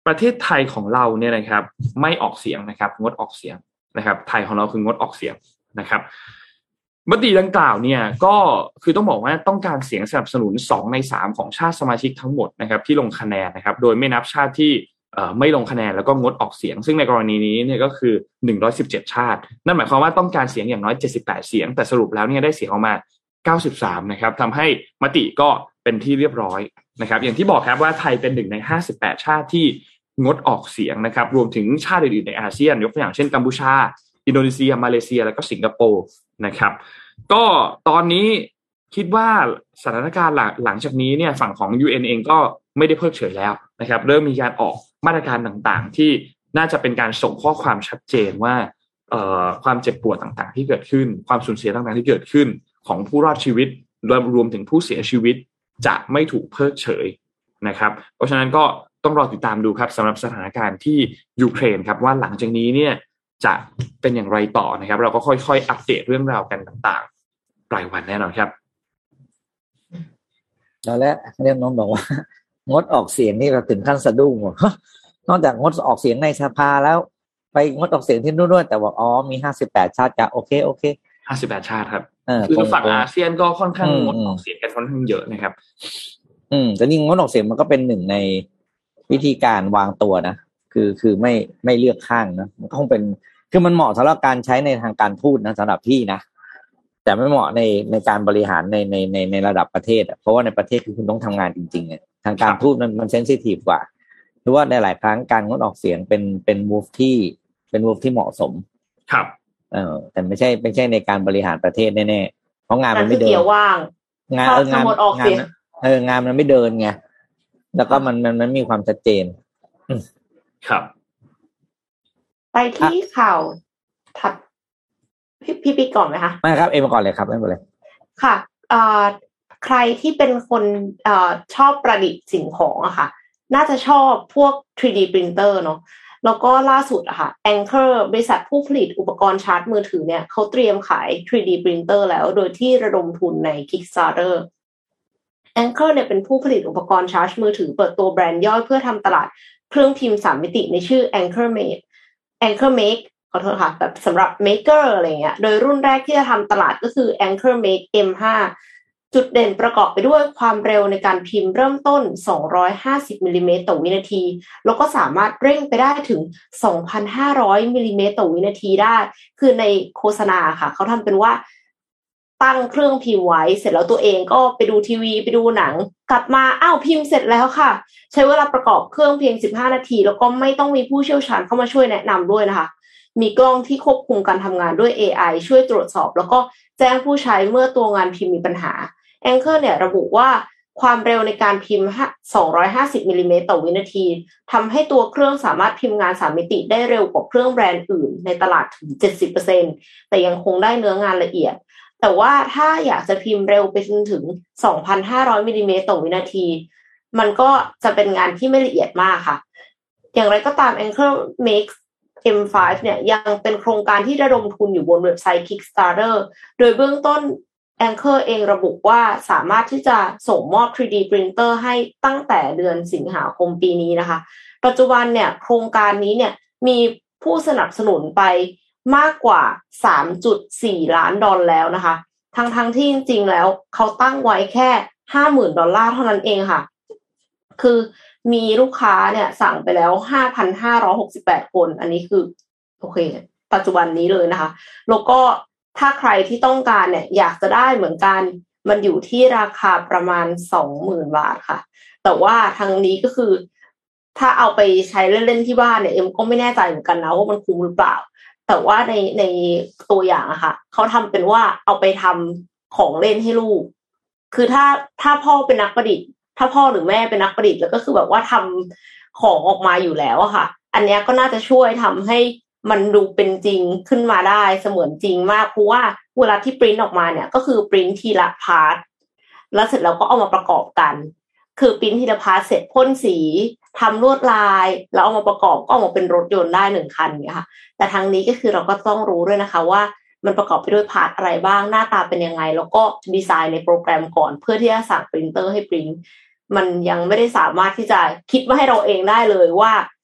ประเทศไทยของเราเนี่ยนะครับไม่ออกเสียงนะครับงดออกเสียงนะครับไทยของเราคืองดออกเสียงนะครับมติดังกล่าวเนี่ยก็คือต้องบอกว่าต้องการเสียงสนับสนุนสองในสามของชาติสมาชิกทั้งหมดนะครับที่ลงคะแนนนะครับโดยไม่นับชาติที่เอ่อไม่ลงคะแนนแล้วก็งดออกเสียงซึ่งในกรณีนี้เนี่ยก็คือหนึ่งร้อยสิบเจ็ดชาตินั่นหมายความว่าต้องการเสียงอย่างน้อยเจ็ดสิบแปดเสียงแต่สรุปแล้วเนี่ยได้เสียงออกมาเก้าสิบสามนะครับทำให้มติก็เป็นที่เรียบร้อยนะครับอย่างที่บอกครับว่าไทยเป็นหนึ่งในห้าสิบแปดชาติที่งดออกเสียงนะครับรวมถึงชาติอื่นๆในอาเซียนยกตัวอย่างเช่นกัมพูชาอินโดนีเซียมาเลเซียแล้วก็สิงคโปร์นะครับก็ตอนนี้คิดว่าสถานการณ์หลังจากนี้เนี่ยฝั่งของ ยู เอ็น เองก็ไม่ได้เพิกเฉยแล้วนะครับเริ่มมีการออกมาตรการต่างๆที่น่าจะเป็นการส่งข้อความชัดเจนว่าเอ่อความเจ็บปวดต่างๆที่เกิดขึ้นความสูญเสียต่างๆที่เกิดขึ้นของผู้รอดชีวิตรวมรวมถึงผู้เสียชีวิตจะไม่ถูกเพิกเฉยนะครับเพราะฉะนั้นก็ต้องรอติดตามดูครับสำหรับสถานการณ์ที่ยูเครนครับว่าหลังจากนี้เนี่ยจะเป็นอย่างไรต่อนะครับเราก็ค่อยๆอัปเดตเรื่องราวกันต่างๆรายวันแน่นอนครับแล้วแรกเรียกน้องบอกว่างดออกเสียงนี่เราถึงขั้นสะดุ้งหมดนอกจากงดออกเสียงในสภาแล้วไปงดออกเสียงที่นู่นด้วยแต่บอกอ๋อมีห้าสิบแปดชาติจะโอเคโอเคห้าสิบแปดชาติครับคือฝั่งอาเซียนก็ค่อนข้างงดออกเสียงกันค่อนข้างเยอะนะครับอืมแต่นี่งดออกเสียงมันก็เป็นหนึ่งในวิธีการวางตัวนะคือคือไม่ไม่เลือกข้างนะมันก็คงเป็นคือมันเหมาะสำหรับการใช้ในทางการทูตนะสำหรับพี่นะแต่ไม่เหมาะในในการบริหารในในในในระดับประเทศอ่ะเพราะว่าในประเทศคือคุณต้องทำงานจริงๆอ่ะทางการทูตมันมันเซนซิทีฟกว่าหรือว่าในหลายครั้งการงดออกเสียงเป็นเป็นมูฟที่เป็นมูฟที่เหมาะสมครับเออแต่ไม่ใช่ไม่ใช่ในการบริหารประเทศแน่ๆเพราะงานมันไม่เดินว่างงานเอองานงานเอองานมันไม่เดินไงแล้วก็มันมันมันมีความชัดเจนครับไปที่ข่าวถัดพี่พี่ปีก่อนไหมคะไม่ครับเอ็มก่อนเลยครับไม่เป็นไรค่ะอ่าใครที่เป็นคนอ่าชอบประดิษฐ์สิ่งของอะค่ะน่าจะชอบพวก ทรี ดี printer เนาะแล้วก็ล่าสุดอะค่ะ Anker บริษัทผู้ผลิตอุปกรณ์ชาร์จมือถือเนี่ยเขาเตรียมขาย ทรี ดี printer แล้วโดยที่ระดมทุนใน Kickstarter Anker เนี่ยเป็นผู้ผลิตอุปกรณ์ชาร์จมือถือเปิดตัวแบรนด์ย่อยเพื่อทำตลาดเครื่องพิมพ์สามมิติในชื่อ Anker Make Anker Make ขอโทษค่ะแบบสำหรับ maker อะไรเงี้ยโดยรุ่นแรกที่จะทำตลาดก็คือ Anker Make เอ็ม ห้า จุดเด่นประกอบไปด้วยความเร็วในการพิมพ์เริ่มต้นสองร้อยห้าสิบมิลลิเมตรต่อวินาทีแล้วก็สามารถเร่งไปได้ถึง สองพันห้าร้อยมิลลิเมตรต่อวินาทีได้คือในโฆษณาค่ะเขาทำเป็นว่าตั้งเครื่องพิมพ์ไว้เสร็จแล้วตัวเองก็ไปดูทีวีไปดูหนังกลับมาอ้าวพิมพ์เสร็จแล้วค่ะใช้เวลาประกอบเครื่องเพียงสิบห้านาทีแล้วก็ไม่ต้องมีผู้เชี่ยวชาญเข้ามาช่วยแนะนำด้วยนะคะมีกล้องที่ควบคุมการทำงานด้วย เอ ไอ ช่วยตรวจสอบแล้วก็แจ้งผู้ใช้เมื่อตัวงานพิมพ์มีปัญหา Anker เนี่ยระบุว่าความเร็วในการพิมพ์สองร้อยห้าสิบมิลลิเมตรต่อวินาทีทำให้ตัวเครื่องสามารถพิมพ์งานสามมิติได้เร็วกว่าเครื่องแบรนด์อื่นในตลาดถึง เจ็ดสิบเปอร์เซ็นต์ แต่ยังคงได้เนื้องานละเอียดแต่ว่าถ้าอยากจะพิมพ์เร็วไปจนถึง สองพันห้าร้อยมิลลิเมตรต่อวินาทีมันก็จะเป็นงานที่ไม่ละเอียดมากค่ะอย่างไรก็ตาม Anker Make เอ็ม ห้า เนี่ยยังเป็นโครงการที่ระดมทุนอยู่บนเว็บไซต์ Kickstarter โดยเบื้องต้น Anker เองระบุว่าสามารถที่จะส่งมอบ ทรี ดี printer ให้ตั้งแต่เดือนสิงหาคมปีนี้นะคะปัจจุบันเนี่ยโครงการนี้เนี่ยมีผู้สนับสนุนไปมากกว่า สามจุดสี่ ล้านดอลลาร์แล้วนะคะทั้งทั้งที่จริงๆแล้วเขาตั้งไว้แค่ ห้าหมื่น ดอลลาร์เท่านั้นเองค่ะคือมีลูกค้าเนี่ยสั่งไปแล้ว ห้าพันห้าร้อยหกสิบแปด คนอันนี้คือโอเคปัจจุบันนี้เลยนะคะแล้วก็ถ้าใครที่ต้องการเนี่ยอยากจะได้เหมือนกันมันอยู่ที่ราคาประมาณ สองหมื่น บาทค่ะแต่ว่าทางนี้ก็คือถ้าเอาไปใช้เล่นๆที่บ้านเนี่ยเอ็มก็ไม่แน่ใจเหมือนกันนะว่ามันคุ้มหรือเปล่าแต่ว่าในในตัวอย่างอะค่ะเขาทำเป็นว่าเอาไปทำของเล่นให้ลูกคือถ้าถ้าพ่อเป็นนักประดิษฐ์ถ้าพ่อหรือแม่เป็นนักประดิษฐ์แล้วก็คือแบบว่าทำของออกมาอยู่แล้วอะค่ะอันนี้ก็น่าจะช่วยทำให้มันดูเป็นจริงขึ้นมาได้เสมือนจริงมากเพราะว่าเวลาที่ปริ้นออกมาเนี่ยก็คือปริ้นทีละพาร์ทแล้วเสร็จแล้วก็เอามาประกอบกันคือปริ้นทีละพาร์ทเสร็จพ่นสีทำลวดลายแล้วเอามาประกอบก็ออกมาเป็นรถยนต์ได้หนึ่งคันเนี่ยค่ะแต่ทางนี้ก็คือเราก็ต้องรู้ด้วยนะคะว่ามันประกอบไปด้วยพาร์ทอะไรบ้างหน้าตาเป็นยังไงแล้วก็ดีไซน์ในโปรแกรมก่อนเพื่อที่จะสั่งปรินเตอร์ให้ปริ้นมันยังไม่ได้สามารถที่จะคิดมาให้เราเองได้เลยว่า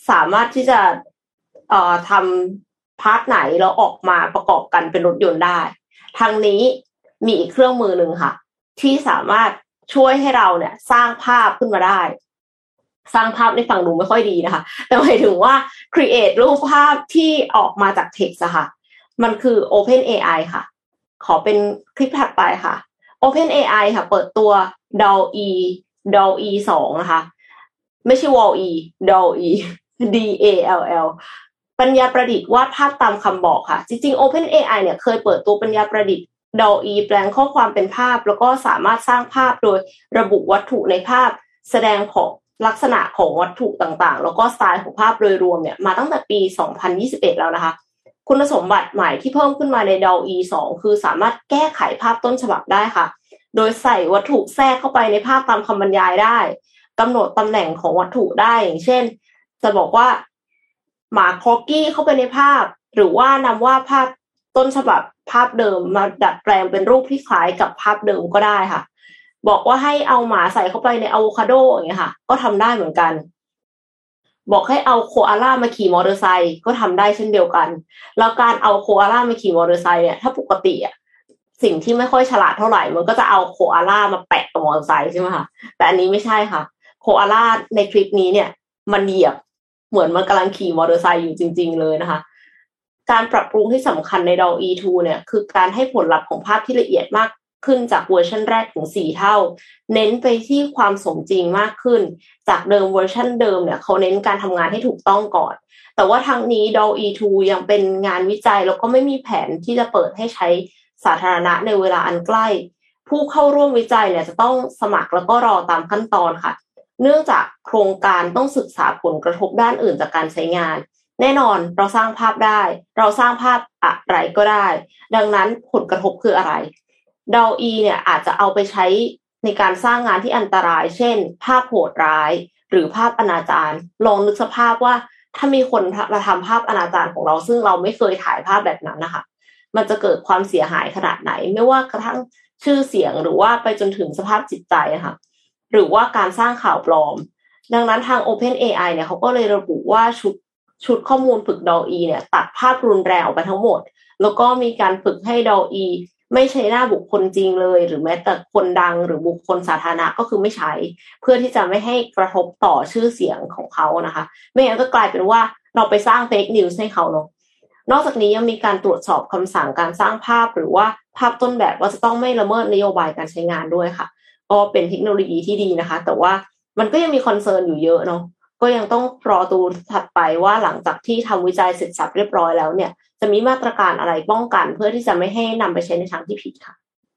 สามารถที่จะเอ่อทำพาร์ทไหนแล้วออกมาประกอบกันเป็นรถยนต์ได้ทางนี้มีอีกเครื่องมือหนึ่งค่ะที่สามารถช่วยให้เราเนี่ยสร้างภาพขึ้นมาได้สร้างภาพในฟังดูไม่ค่อยดีนะคะแต่หมายถึงว่า create รูปภาพที่ออกมาจาก text อะค่ะมันคือ OpenAI ค่ะขอเป็นคลิปถัดไปค่ะ OpenAI ค่ะเปิดตัว ดี เอ ล อี ดี เอ ล อี สองนะคะไม่ใช่ Wall-E ดี เอ ล อี D A L L ปัญญาประดิษฐ์วาดภาพตามคำบอกค่ะจริงๆ OpenAI เนี่ยเคยเปิดตัวปัญญาประดิษฐ์ ดี เอ ล อี แปลงข้อความเป็นภาพแล้วก็สามารถสร้างภาพโดยระบุวัตถุในภาพแสดงของลักษณะของวัตถุต่างๆแล้วก็สไตล์ของภาพโดยรวมเนี่ยมาตั้งแต่ปีสองพันยี่สิบเอ็ดแล้วนะคะคุณสมบัติใหม่ที่เพิ่มขึ้นมาใน ดี เอ ล อี สองคือสามารถแก้ไขภาพต้นฉบับได้ค่ะโดยใส่วัตถุแทรกเข้าไปในภาพตามคำบรรยายได้กำหนดตำแหน่งของวัตถุได้อย่างเช่นจะบอกว่าหมาคอกี้เข้าไปในภาพหรือว่านำว่าภาพต้นฉบับภาพเดิมมาดัดแปลงเป็นรูปที่คล้ายกับภาพเดิมก็ได้ค่ะบอกว่าให้เอาหมาใส่เข้าไปในอะโวคาโดอย่างเงี้ยค่ะก็ทำได้เหมือนกันบอกให้เอาโคอาล่ามาขี่มอเตอร์ไซค์ก็ทำได้เช่นเดียวกันแล้วการเอาโคอาล่ามาขี่มอเตอร์ไซค์เนี่ยถ้าปกติอ่ะสิ่งที่ไม่ค่อยฉลาดเท่าไหร่มันก็จะเอาโคอาล่ามาแปะกับมอเตอร์ไซค์ใช่ไหมคะแต่อันนี้ไม่ใช่ค่ะโคอาล่าในคลิปนี้เนี่ยมันเหยียบเหมือนมันกำลังขี่มอเตอร์ไซค์อยู่จริงๆเลยนะคะการปรับปรุงที่สำคัญใน ดี เอ ล อี ทูเนี่ยคือการให้ผลลัพธ์ของภาพที่ละเอียดมากขึ้นจากเวอร์ชันแรกถึงสี่เท่าเน้นไปที่ความสมจริงมากขึ้นจากเดิมเวอร์ชันเดิมเนี่ยเขาเน้นการทำงานให้ถูกต้องก่อนแต่ว่าทางนี้ ดี เอ ล อี ทู ยังเป็นงานวิจัยแล้วก็ไม่มีแผนที่จะเปิดให้ใช้สาธารณะในเวลาอันใกล้ผู้เข้าร่วมวิจัยเนี่ยจะต้องสมัครแล้วก็รอตามขั้นตอนค่ะเนื่องจากโครงการต้องศึกษาผลกระทบด้านอื่นจากการใช้งานแน่นอนเราสร้างภาพได้เราสร้างภาพอะไรก็ได้ดังนั้นผลกระทบคืออะไร ดี เอ ล อี เนี่ยอาจจะเอาไปใช้ในการสร้างงานที่อันตรายเช่นภาพโหดร้ายหรือภาพอนาจารลองนึกสภาพว่าถ้ามีคนมาทำภาพอนาจารของเราซึ่งเราไม่เคยถ่ายภาพแบบนั้นนะคะมันจะเกิดความเสียหายขนาดไหนไม่ว่ากระทั่งชื่อเสียงหรือว่าไปจนถึงสภาพจิตใจนะคะหรือว่าการสร้างข่าวปลอมดังนั้นทาง OpenAI เนี่ยเขาก็เลยระบุว่าชุดชุดข้อมูลฝึก ดี เอ ล อี เนี่ยตัดภาพรุนแรงออกไปทั้งหมดแล้วก็มีการฝึกให้ ดี เอ ล อี ไม่ใช้หน้าบุคคลจริงเลยหรือแม้แต่คนดังหรือบุคคลสาธารณะก็คือไม่ใช้เพื่อที่จะไม่ให้กระทบต่อชื่อเสียงของเขานะคะไม่งั้นก็กลายเป็นว่าเราไปสร้างเฟกนิวส์ให้เขาเนาะนอกจากนี้ยังมีการตรวจสอบคำสั่งการสร้างภาพหรือว่าภาพต้นแบบว่าจะต้องไม่ละเมิดนโยบายการใช้งานด้วยค่ะก็เป็นเทคโนโลยีที่ดีนะคะแต่ว่ามันก็ยังมีคอนเซิร์นอยู่เยอะเนาะก็ยังต้องรอดูถัดไปว่าหลังจากที่ทำวิจัยเสร็จสับเรียบร้อยแล้วเนี่ยจะมีมาตรการอะไรป้องกันเพื่อที่จะไม่ให้นำไปใช้ในทางที่ผิดค่ะ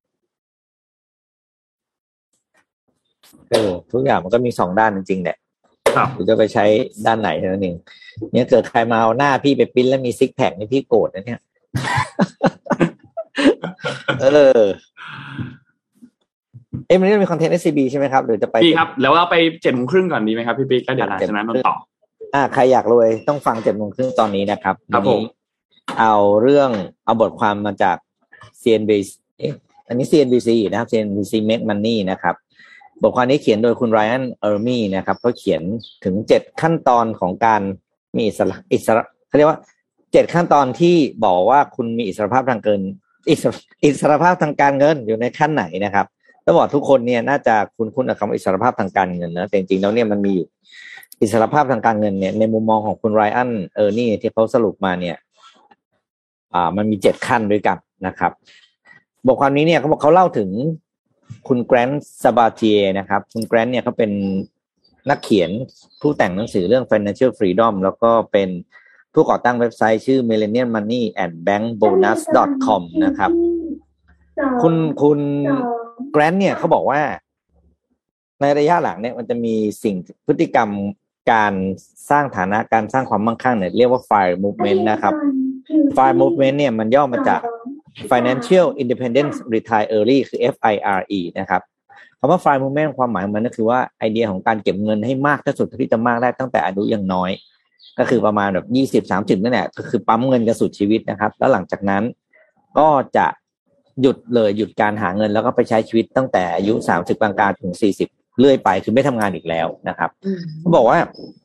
เออทุกอย่างมันก็มีสองด้านจริงๆแหละหรือจะไปใช้ด้านไหนเท่านั้นเองเนี่ยเกิดใครมาเอาหน้าพี่ไปปิ้นแล้วมีซิกแพคนี่พี่โกรธนะเนี่ย เออเอ้มันนี่มีคอนเทนต์ เอส ซี บี ใช่ไหมครับหรือจะไปพี่ครับแล้วเราไปเจ็ดโมงครึ่งก่อนดีไหมครับพี่ปิ๊กแล้วเดี๋ยวหลังจากนั้นนนต่ออ่าใครอยากรวยต้องฟังเจ็ดโมงครึ่งตอนนี้นะครับครับผมเอาเรื่องเอาบทความมาจาก ซี เอ็น บี ซี เอ๊ะอันนี้ ซี เอ็น บี ซี นะครับ ซี เอ็น บี ซี Make Money นะครับบทความนี้เขียนโดยคุณไรอันเออร์มี่นะครับเขาเขียนถึงเจ็ดขั้นตอนของการมีอิสระอิสระเขาเรียกว่าเจ็ดขั้นตอนที่บอกว่าคุณมีอิสรภาพทางเงินอิสอิสรภาพทางการเงินอยู่ในขั้นไหนนะครับต้องบอกทุกคนเนี่ยน่าจะคุ้นคุ้นกับคำว่าอิสรภาพทางการเงินนะแต่จริงๆแล้วเนี่ยมันมีอยู่อิสรภาพทางการเงินเนี่ยในมุมมองของคุณไรอันเออร์นี่ที่เขาสรุปมาเนี่ยอ่ามันมีเจ็ดขั้นด้วยกันนะครับบทความนี้เนี่ยเขาบอกเขาเล่าถึงคุณแกรนท์ซาบาเทียนะครับคุณแกรนท์เนี่ยเขาเป็นนักเขียนผู้แต่งหนังสือเรื่อง Financial Freedom แล้วก็เป็นผู้ก่อตั้งเว็บไซต์ชื่อ millennial money and bank bonus dot com นะครับคุณคุณแกรนท์เนี่ยเขาบอกว่าในระยะหลังเนี่ยมันจะมีสิ่งพฤติกรรมการสร้างฐานะการสร้างความมั่งคั่งเนี่ยเรียกว่า fire movement นะครับ fire movement เนี่ยมันย่อมาจาก financial independence retire early คือ เอฟ ไอ อาร์ อี นะครับคำว่า fire movement ความหมายของมันก็คือว่าไอเดียของการเก็บเงินให้มากที่สุดที่จะมากได้ตั้งแต่อายุยังน้อยก็คือประมาณแบบยี่สิบ สามสิบนั่นแหละก็คือปั๊มเงินกันสุดชีวิตนะครับแล้วหลังจากนั้นก็จะหยุดเลยหยุดการหาเงินแล้วก็ไปใช้ชีวิตตั้งแต่อายุสามสิบกลางๆถึงสี่สิบเรื่อยไปคือไม่ทำงานอีกแล้วนะครับเขาบอกว่า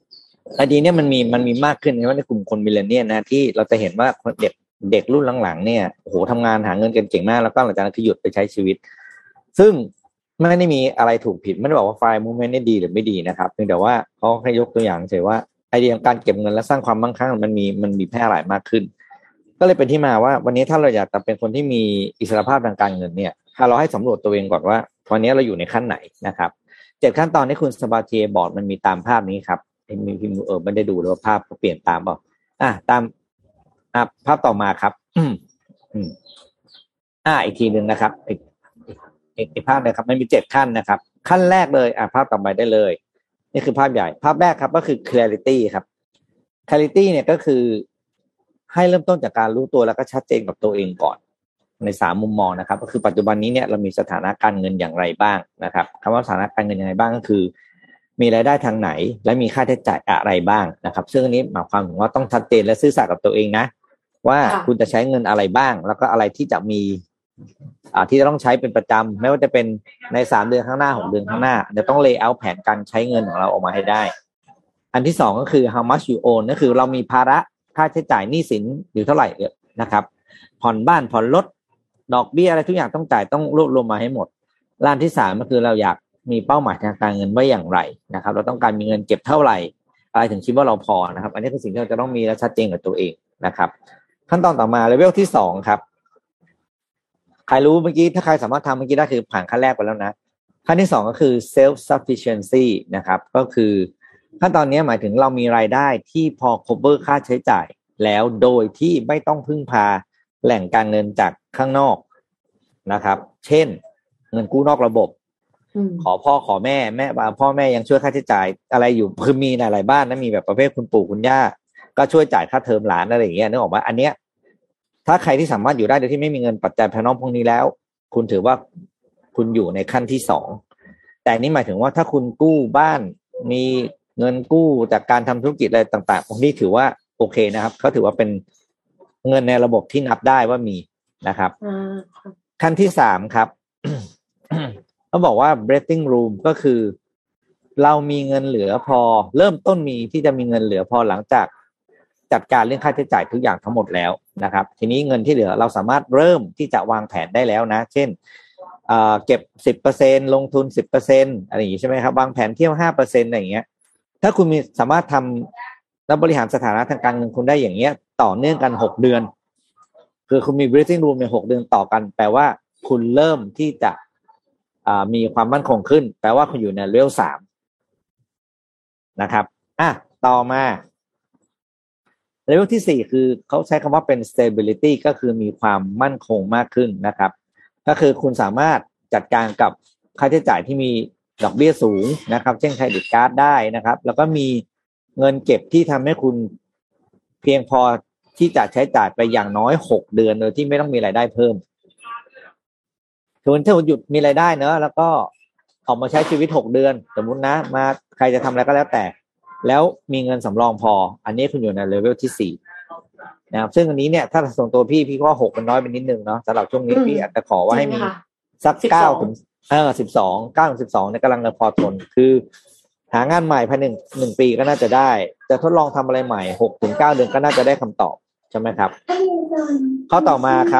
ไอเดียเนี่ยมันมีมันมีมากขึ้นในกลุ่มคนมิลเลนเนียลนะที่เราจะเห็นว่าเด็กเด็กรุ่นหลังๆเนี่ยโอ้โหทำงานหาเงินกันเก่งมากแล้วก็หลังจากนั้นคือหยุดไปใช้ชีวิตซึ่งไม่ได้มีอะไรถูกผิดไม่ได้บอกว่าไฟล์มูฟเมนต์นี่ดีหรือไม่ดีนะครับเพียงแต่ว่าเขาให้ยกตัวอย่างเฉยว่าไอเดียการเก็บเงินและสร้างความมั่งคั่งมันมีมันมีแพร่หลายมากขึ้นก็เลยเป็นที่มาว่าวันนี้ถ้าเราอยากจะเป็นคนที่มีอิสรภาพทางการเงินเนี่ยเราให้สำรวจตัวเองก่อนว่าวันนี้เราอยู่ในขั้นไหนนะครับเจ็ดขั้นตอนที่คุณสบาเทียบอกมันมีตามภาพนี้ครับมีพิมพ์เออไม่ได้ดูเลยว่าภาพเปลี่ยนตามเปล่าอ่ะตามอ่ะภาพต่อมาครับอืมอืมอ่ะอีกทีนึงนะครับอีกอีกอีกภาพเลยครับมันมีเจ็ดขั้นนะครับขั้นแรกเลยอ่ะภาพต่อไปได้เลยนี่คือภาพใหญ่ภาพแรกครับก็คือ clarity ครับ clarity เนี่ยก็คือให้เริ่มต้นจากการรู้ตัวแล้วก็ชัดเจนกับตัวเองก่อนในสามมุมมองนะครับก็คือปัจจุบันนี้เนี่ยเรามีสถานะการเงินอย่างไรบ้างนะครับคำว่าสถานะการเงินอย่างไรบ้างก็คือมีรายได้ทางไหนและมีค่าใช้จ่ายอะไรบ้างนะครับซึ่งอันนี้หมายความถึงว่าต้องชัดเจนและซื่อสัตย์กับตัวเองนะว่าคุณจะใช้เงินอะไรบ้างแล้วก็อะไรที่จะมีอ่าที่จะต้องใช้เป็นประจำไม่ว่าจะเป็นในสามเดือนข้างหน้าหกเดือนข้างหน้าจะต้องเลย์เอาท์แผนการใช้เงินของเราออกมาให้ได้อันที่สองก็คือ how much you own ก็คือเรามีภาระค่าใช้จ่ายหนี้สินอยู่เท่าไหร่นะครับผ่อนบ้านผ่อนรถดอกเบี้ยอะไรทุกอย่างต้องจ่ายต้องรวบรวมมาให้หมดล้านที่สามก็คือเราอยากมีเป้าหมายทางการเงินไว้อย่างไรนะครับเราต้องการมีเงินเก็บเท่าไหร่อะไรถึงคิดว่าเราพอนะครับอันนี้คือสิ่งที่เราจะต้องมีและชัดเจนกับตัวเองนะครับขั้นตอนต่อมาเลเวลที่สองครับใครรู้เมื่อกี้ถ้าใครสามารถทำเมื่อกี้ได้คือผ่านขั้นแรกไปแล้วนะขั้นที่สองก็คือ self sufficiency นะครับก็คือขั้นตอนนี้หมายถึงเรามีรายได้ที่พอ cover ค่าใช้จ่ายแล้วโดยที่ไม่ต้องพึ่งพาแหล่งการเงินจากข้างนอกนะครับเช่นเงินกู้นอกระบบขอพ่อขอแม่แม่พ่อแม่ยังช่วยค่าใช้จ่ายอะไรอยู่คือมีหลายๆบ้านนะมีแบบประเภทคุณปู่คุณย่าก็ช่วยจ่ายค่าเทอมหลานอะไรอย่างเงี้ยนึกออกไหมอันเนี้ยถ้าใครที่สามารถอยู่ได้โดยที่ไม่มีเงินปัจจัยภายนอกพวกนี้แล้วคุณถือว่าคุณอยู่ในขั้นที่สองแต่นี่หมายถึงว่าถ้าคุณกู้บ้านมีเงินกู้จากการทำธุรกิจอะไรต่างๆพวกนี้ถือว่าโอเคนะครับเขาถือว่าเป็นเงินในระบบที่นับได้ว่ามีนะครับขั้นที่สามครับ เขาบอกว่า breathing room ก็คือเรามีเงินเหลือพอเริ่มต้นมีที่จะมีเงินเหลือพอหลังจากจัดการเรื่องค่าใช้จ่ายทุกอย่างทั้งหมดแล้วนะครับทีนี้เงินที่เหลือเราสามารถเริ่มที่จะวางแผนได้แล้วนะเช่นเอ่อเก็บ สิบเปอร์เซ็นต์ ลงทุน สิบเปอร์เซ็นต์ อะไรอย่างงี้ใช่ไหมครับวางแผนเที่ยว ห้าเปอร์เซ็นต์ อะไรอย่างเงี้ยถ้าคุณมีสามารถทำและบริหารสถานะทางการเงินคุณได้อย่างเงี้ยต่อเนื่องกันหกเดือนคือคุณมี breathing room ในหกเดือนต่อกันแปลว่าคุณเริ่มที่จะอ่ามีความมั่นคงขึ้นแปลว่าคุณอยู่ในเลเวลสามนะครับอ่ะต่อมาเลเวลที่สี่คือเขาใช้คำว่าเป็น stability ก็คือมีความมั่นคงมากขึ้นนะครับก็คือคุณสามารถจัดการกับค่าใช้จ่ายที่มีดอกเบี้ยสูงนะครับเช่นเครดิตการ์ดได้นะครับแล้วก็มีเงินเก็บที่ทำให้คุณเพียงพอที่จะใช้จ่ายไปอย่างน้อยหกเดือนโดยที่ไม่ต้องมีรายได้เพิ่มถ้าคุณหยุดมีรายได้เนอะแล้วก็ออกมาใช้ชีวิตหกเดือนสมมุตินะมาใครจะทำอะไรก็แล้วแต่แล้วมีเงินสำรองพออันนี้คุณอยู่ในเลเวลที่สี่นะครับซึ่งอันนี้เนี่ยถ้าส่วนตัวพี่พี่ว่าหกเป็นน้อยไปนิดนึงเนาะสำหรับช่วงนี้พี่อาจจะขอว่าให้มีสักเก้าถึงเออสิบสองเก้าถึงสิบสองเนี่ยกำลังพอทนคือหางานใหม่ภายในหนึ่งปีก็น่าจะได้จะทดลองทำอะไรใหม่หกถึงเก้าเดือนก็น่าจะได้คำตอบใช่ไหมครับข้อต่อมาครับ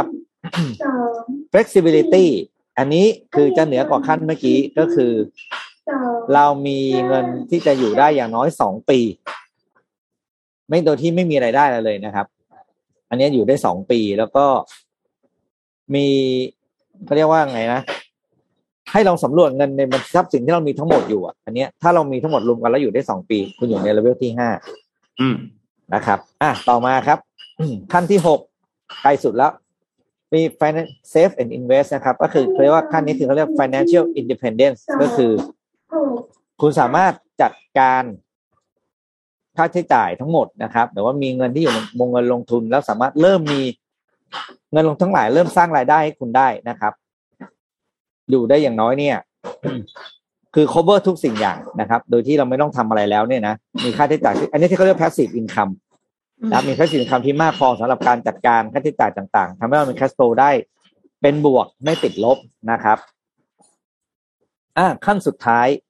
flexibility อันนี้คือจะเหนือกว่าขั้นเมื่อกี้ก็คือเรามีเงินที่จะอยู่ได้อย่างน้อยสองปีไม่โดยที่ไม่มีรายได้เลยนะครับอันนี้อยู่ได้สองปีแล้วก็มีเขาเรียกว่าไงนะให้ลองสำรวจเงินในบัญชีทรัพย์สินที่เรามีทั้งหมดอยู่อ่ะอันนี้ถ้าเรามีทั้งหมดรวมกันแล้วอยู่ได้สองปีคุณอยู่ในเลเวลที่ห้าอืมนะครับอ่ะต่อมาครับขั้นที่หกใกล้สุดแล้วมี finance save and invest นะครับก็คือเรียกว่าขั้นนี้คือเขาเรียก financial independence ก็คือคุณสามารถจัดการค่าใช้จ่ายทั้งหมดนะครับหรือว่ามีเงินที่อยู่ในวงเงินลงทุนแล้วสามารถเริ่มมีเงินลงทั้งหลายเริ่มสร้างรายได้ให้คุณได้นะครับอยู่ได้อย่างน้อยเนี่ยคือ cover ทุกสิ่งอย่างนะครับโดยที่เราไม่ต้องทำอะไรแล้วเนี่ยนะมีค่าใช้จ่ายอันนี้ที่เขาเรียก passive income นะมี passive income ที่มากพอสำหรับการจัดการค่าใช้จ่ายต่างๆทำให้เรามี cash flow ได้เป็นบวกไม่ติดลบนะครับอ่ะขั้นสุดท้าย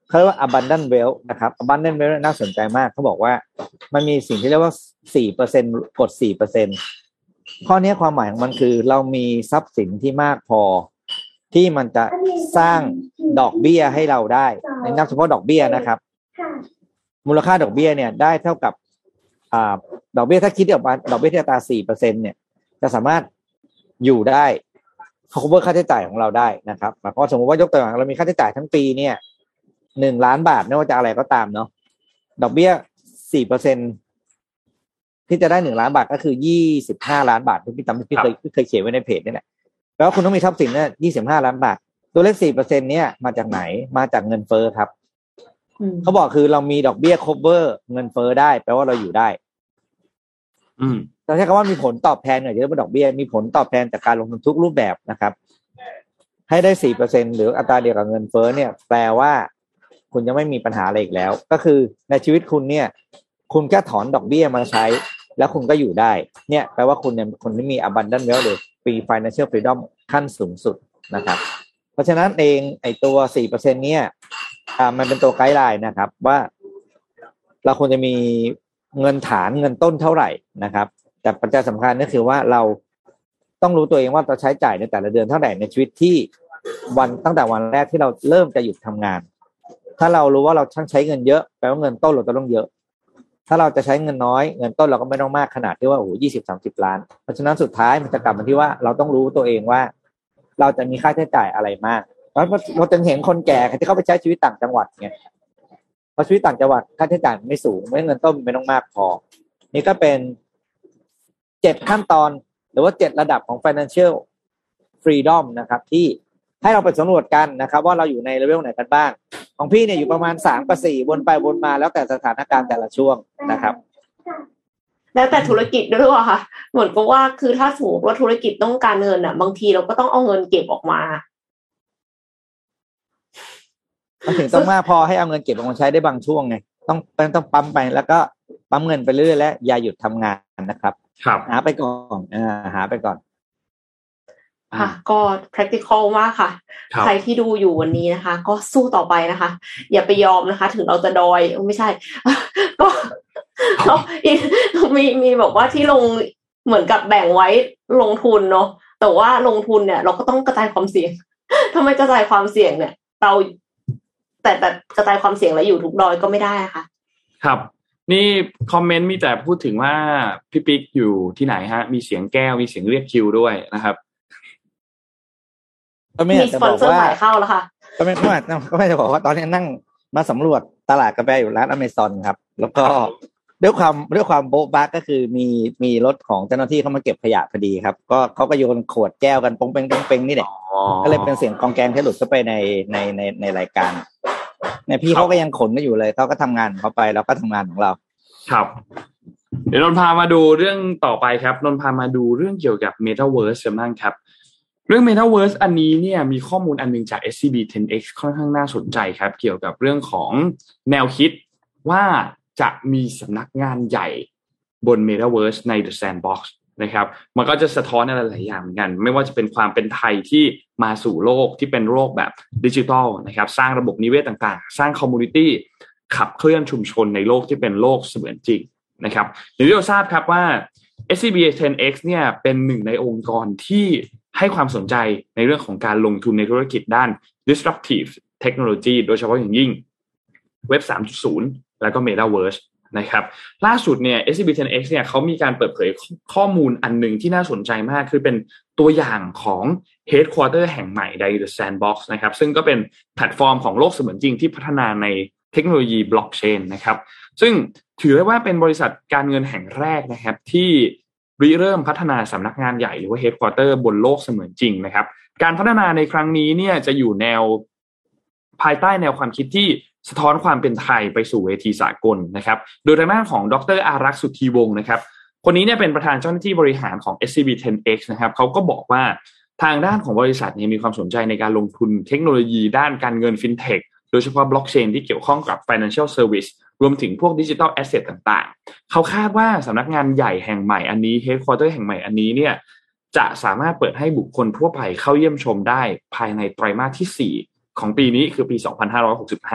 เขาเรียกว่า abundant wealth นะครับ abundant wealth น่าสนใจมากเขาบอกว่ามันมีสิ่งที่เรียกว่า สี่เปอร์เซ็นต์ กด สี่เปอร์เซ็นต์ ข้อนี้ความหมายของมันคือเรามีทรัพย์สินที่มากพอที่มันจะสร้างดอกเบี้ยให้เราได้ในนับเฉพาะดอกเบี้ยนะครับมูลค่าดอกเบี้ยเนี่ยได้เท่ากับอ่าดอกเบี้ยถ้าคิดออกมาดอกเบี้ยที่อัตรา สี่เปอร์เซ็นต์ เนี่ยจะสามารถอยู่ได้ cover ค่าใช้จ่ายของเราได้นะครับหมายความว่าสมมติว่ายกตัวอย่างเรามีค่าใช้จ่ายทั้งปีเนี่ยหนึ่งล้านบาทไม่ว่าจะอะไรก็ตามเนาะดอกเบี้ย สี่เปอร์เซ็นต์ ที่จะได้หนึ่งล้านบาทก็คือยี่สิบห้าล้านบาทที่พี่จำพี่เคยเคยเขียนไว้ในเพจนี่แหละแล้วคุณต้องมีทรัพย์สินเนี่ยยี่สิบห้าล้านบาทตัวเลข สี่เปอร์เซ็นต์ เนี่ยมาจากไหนมาจากเงินเฟ้อครับเขาบอกคือเรามีดอกเบี้ย cover เงินเฟ้อได้แปลว่าเราอยู่ได้อืมเราใช้คำว่ามีผลตอบแทนหน่อยเยอะกว่าดอกเบี้ยมีผลตอบแทนจากการลงทุนทุกรูปแบบนะครับให้ได้ สี่เปอร์เซ็นต์ หรืออัตราเดียวกับเงินเฟ้อเนี่ยแปลว่าคุณจะไม่มีปัญหาอะไรอีกแล้วก็คือในชีวิตคุณเนี่ยคุณแค่ถอนดอกเบี้ยมาใช้แล้วคุณก็อยู่ได้เนี่ยแปลว่าคุณเนี่ยคนที่มี abundant wealth หรือ free financial freedom ขั้นสูงสุดนะครับเพราะฉะนั้นเองไอ้ตัว สี่เปอร์เซ็นต์ เนี่ยอ่ามันเป็นตัวไกด์ไลน์นะครับว่าเราควรจะมีเงินฐานเงินต้นเท่าไหร่นะครับแต่ปัจจัยสำคัญก็คือว่าเราต้องรู้ตัวเองว่าเราใช้จ่ายในแต่ละเดือนเท่าไหร่ในชีวิตที่วันตั้งแต่วันแรกที่เราเริ่มจะหยุดทำงานถ้าเรารู้ว่าเราช่างใช้เงินเยอะแปลว่าเงินต้นเราจะต้องเยอะถ้าเราจะใช้เงินน้อยเงินต้นเราก็ไม่ต้องมากขนาดที่ว่าโอ้โหยี่สิบ สามสิบล้านเพราะฉะนั้นสุดท้ายมันจะกลับมาที่ว่าเราต้องรู้ตัวเองว่าเราจะมีค่าใช้จ่ายอะไรมากเพราะเราจะเห็นคนแก่ที่เขาไปใช้ชีวิตต่างจังหวัดไงเพราะชีวิตต่างจังหวัดค่าใช้จ่ายไม่สูงไม่เงินต้นไม่ต้องมากพอนี่ก็เป็นเจ็ดขั้นตอนหรือว่าเจ็ดระดับของ financial freedom นะครับที่ให้เราไปสำรวจกันนะครับว่าเราอยู่ในเลเวลไหนกันบ้างของพี่เนี่ยอยู่ประมาณสามกับสี่วนไปวนมาแล้วแต่สถานการณ์แต่ละช่วงนะครับแล้วแต่ธุรกิจด้วยหรือเปล่าคะเหมือนกับว่าคือถ้าสมมติว่าธุรกิจต้องการเงินอ่ะบางทีเราก็ต้องเอาเงินเก็บออกมามันถึงต้องมากพอให้เอาเงินเก็บออกมาใช้ได้บางช่วงไงต้องต้องปั๊มไปแล้วก็ปั๊มเงินไปเรื่อยๆและอย่าหยุดทำงานนะครับหาไปก่อนอ่าหาไปก่อนค่ะก็ practical มากค่ะใครที่ดูอยู่วันนี้นะคะก็สู้ต่อไปนะคะอย่าไปยอมนะคะถึงเราจะดอยไม่ใช่ก็ก็มีมีบอกว่าที่ลงเหมือนกับแบ่งไว้ลงทุนเนาะแต่ว่าลงทุนเนี่ยเราก็ต้องกระจายความเสี่ยงถ้าไม่กระจายความเสี่ยงเนี่ยเราแต่แต่กระจายความเสี่ยงแล้วอยู่ทุกดอยก็ไม่ได้ค่ะครับนี่คอมเมนต์มีแต่พูดถึงว่าพี่ปิ๊กอยู่ที่ไหนฮะมีเสียงแก้วมีเสียงเรียกคิวด้วยนะครับก็ไม่อยากจะบอกว่าเข้าแล้วค่ะก็ไม่ว่าก็ไม่จะบอกว่าตอนนี้นั่งมาสำรวจตลาดกาแฟอยู่ร้าน Amazon ครับแล้วก็ด้วยความด้วยความโบ๊ะบ๊ะก็คือมีมีรถของเจ้าหน้าที่เข้ามาเก็บขยะพอดีครับก็เขาก็โยนขวดแก้วกันปงเป้งปงเป้งนี่แหละก็เลยเป็นเสียงกองแกงที่หลุดเข้าไปในในในในรายการเนี่ยพี่เขาก็ยังขนกันอยู่เลยเขาก็ทำงานเขาไปเราก็ทำงานของเราครับเดี๋ยวนนท์พามาดูเรื่องต่อไปครับนนท์พามาดูเรื่องเกี่ยวกับ Metaverse กันบ้างครับเรื่อง Metaverse อันนี้เนี่ยมีข้อมูลอันนึงจาก เอส ซี บี เท็น เอ็กซ์ ค่อนข้างน่าสนใจครับเกี่ยวกับเรื่องของแนวคิดว่าจะมีสำนักงานใหญ่บน Metaverse ใน The Sandbox นะครับมันก็จะสะท้อนอะไรหลายอย่างเหมือนกันไม่ว่าจะเป็นความเป็นไทยที่มาสู่โลกที่เป็นโลกแบบดิจิทัลนะครับสร้างระบบนิเวศต่างๆสร้างคอมมูนิตี้ขับเคลื่อนชุมชนในโลกที่เป็นโลกเสมือนจริงนะครับอย่างที่เราทราบครับว่า เอส ซี บี เท็น เอ็กซ์ เนี่ยเป็นหนึ่งในองค์กรที่ให้ความสนใจในเรื่องของการลงทุนในธุรกิจด้าน disruptive technology โดยเฉพาะอย่างยิ่งเว็บ สามจุดศูนย์ แล้วก็ Metaverse นะครับล่าสุดเนี่ย เอส ซี บี เท็น เอ็กซ์ เนี่ยเขามีการเปิดเผยข้อมูลอันนึงที่น่าสนใจมากคือเป็นตัวอย่างของ headquarter แห่งใหม่ใน The Sandbox นะครับซึ่งก็เป็นแพลตฟอร์มของโลกเสมือนจริงที่พัฒนาในเทคโนโลยีบล็อกเชนนะครับซึ่งถือได้ว่าเป็นบริษัทการเงินแห่งแรกนะครับที่ริเริ่มพัฒนาสำนักงานใหญ่หรือว่า headquarter บนโลกเสมือนจริงนะครับการพัฒนาในครั้งนี้เนี่ยจะอยู่แนวภายใต้แนวความคิดที่สะท้อนความเป็นไทยไปสู่เวทีสากลนะครับโดยทางด้านของดร.อารักษ์ สุทธีวงศ์นะครับคนนี้เนี่ยเป็นประธานเจ้าหน้าที่บริหารของ เอส ซี บี เท็น เอ็กซ์ นะครับเขาก็บอกว่าทางด้านของบริษัทเนี่ยมีความสนใจในการลงทุนเทคโนโลยีด้านการเงินฟินเทคโดยเฉพาะบล็อกเชนที่เกี่ยวข้องกับ financial service รวมถึงพวก digital asset ต่างๆเขาคาดว่าสำนักงานใหญ่แห่งใหม่อันนี้ headquarter แห่งใหม่อันนี้เนี่ยจะสามารถเปิดให้บุคคลทั่วไปเข้าเยี่ยมชมได้ภายในไตรมาสที่สี่ของปีนี้คือปีสองพันห้าร้อยหกสิบห้า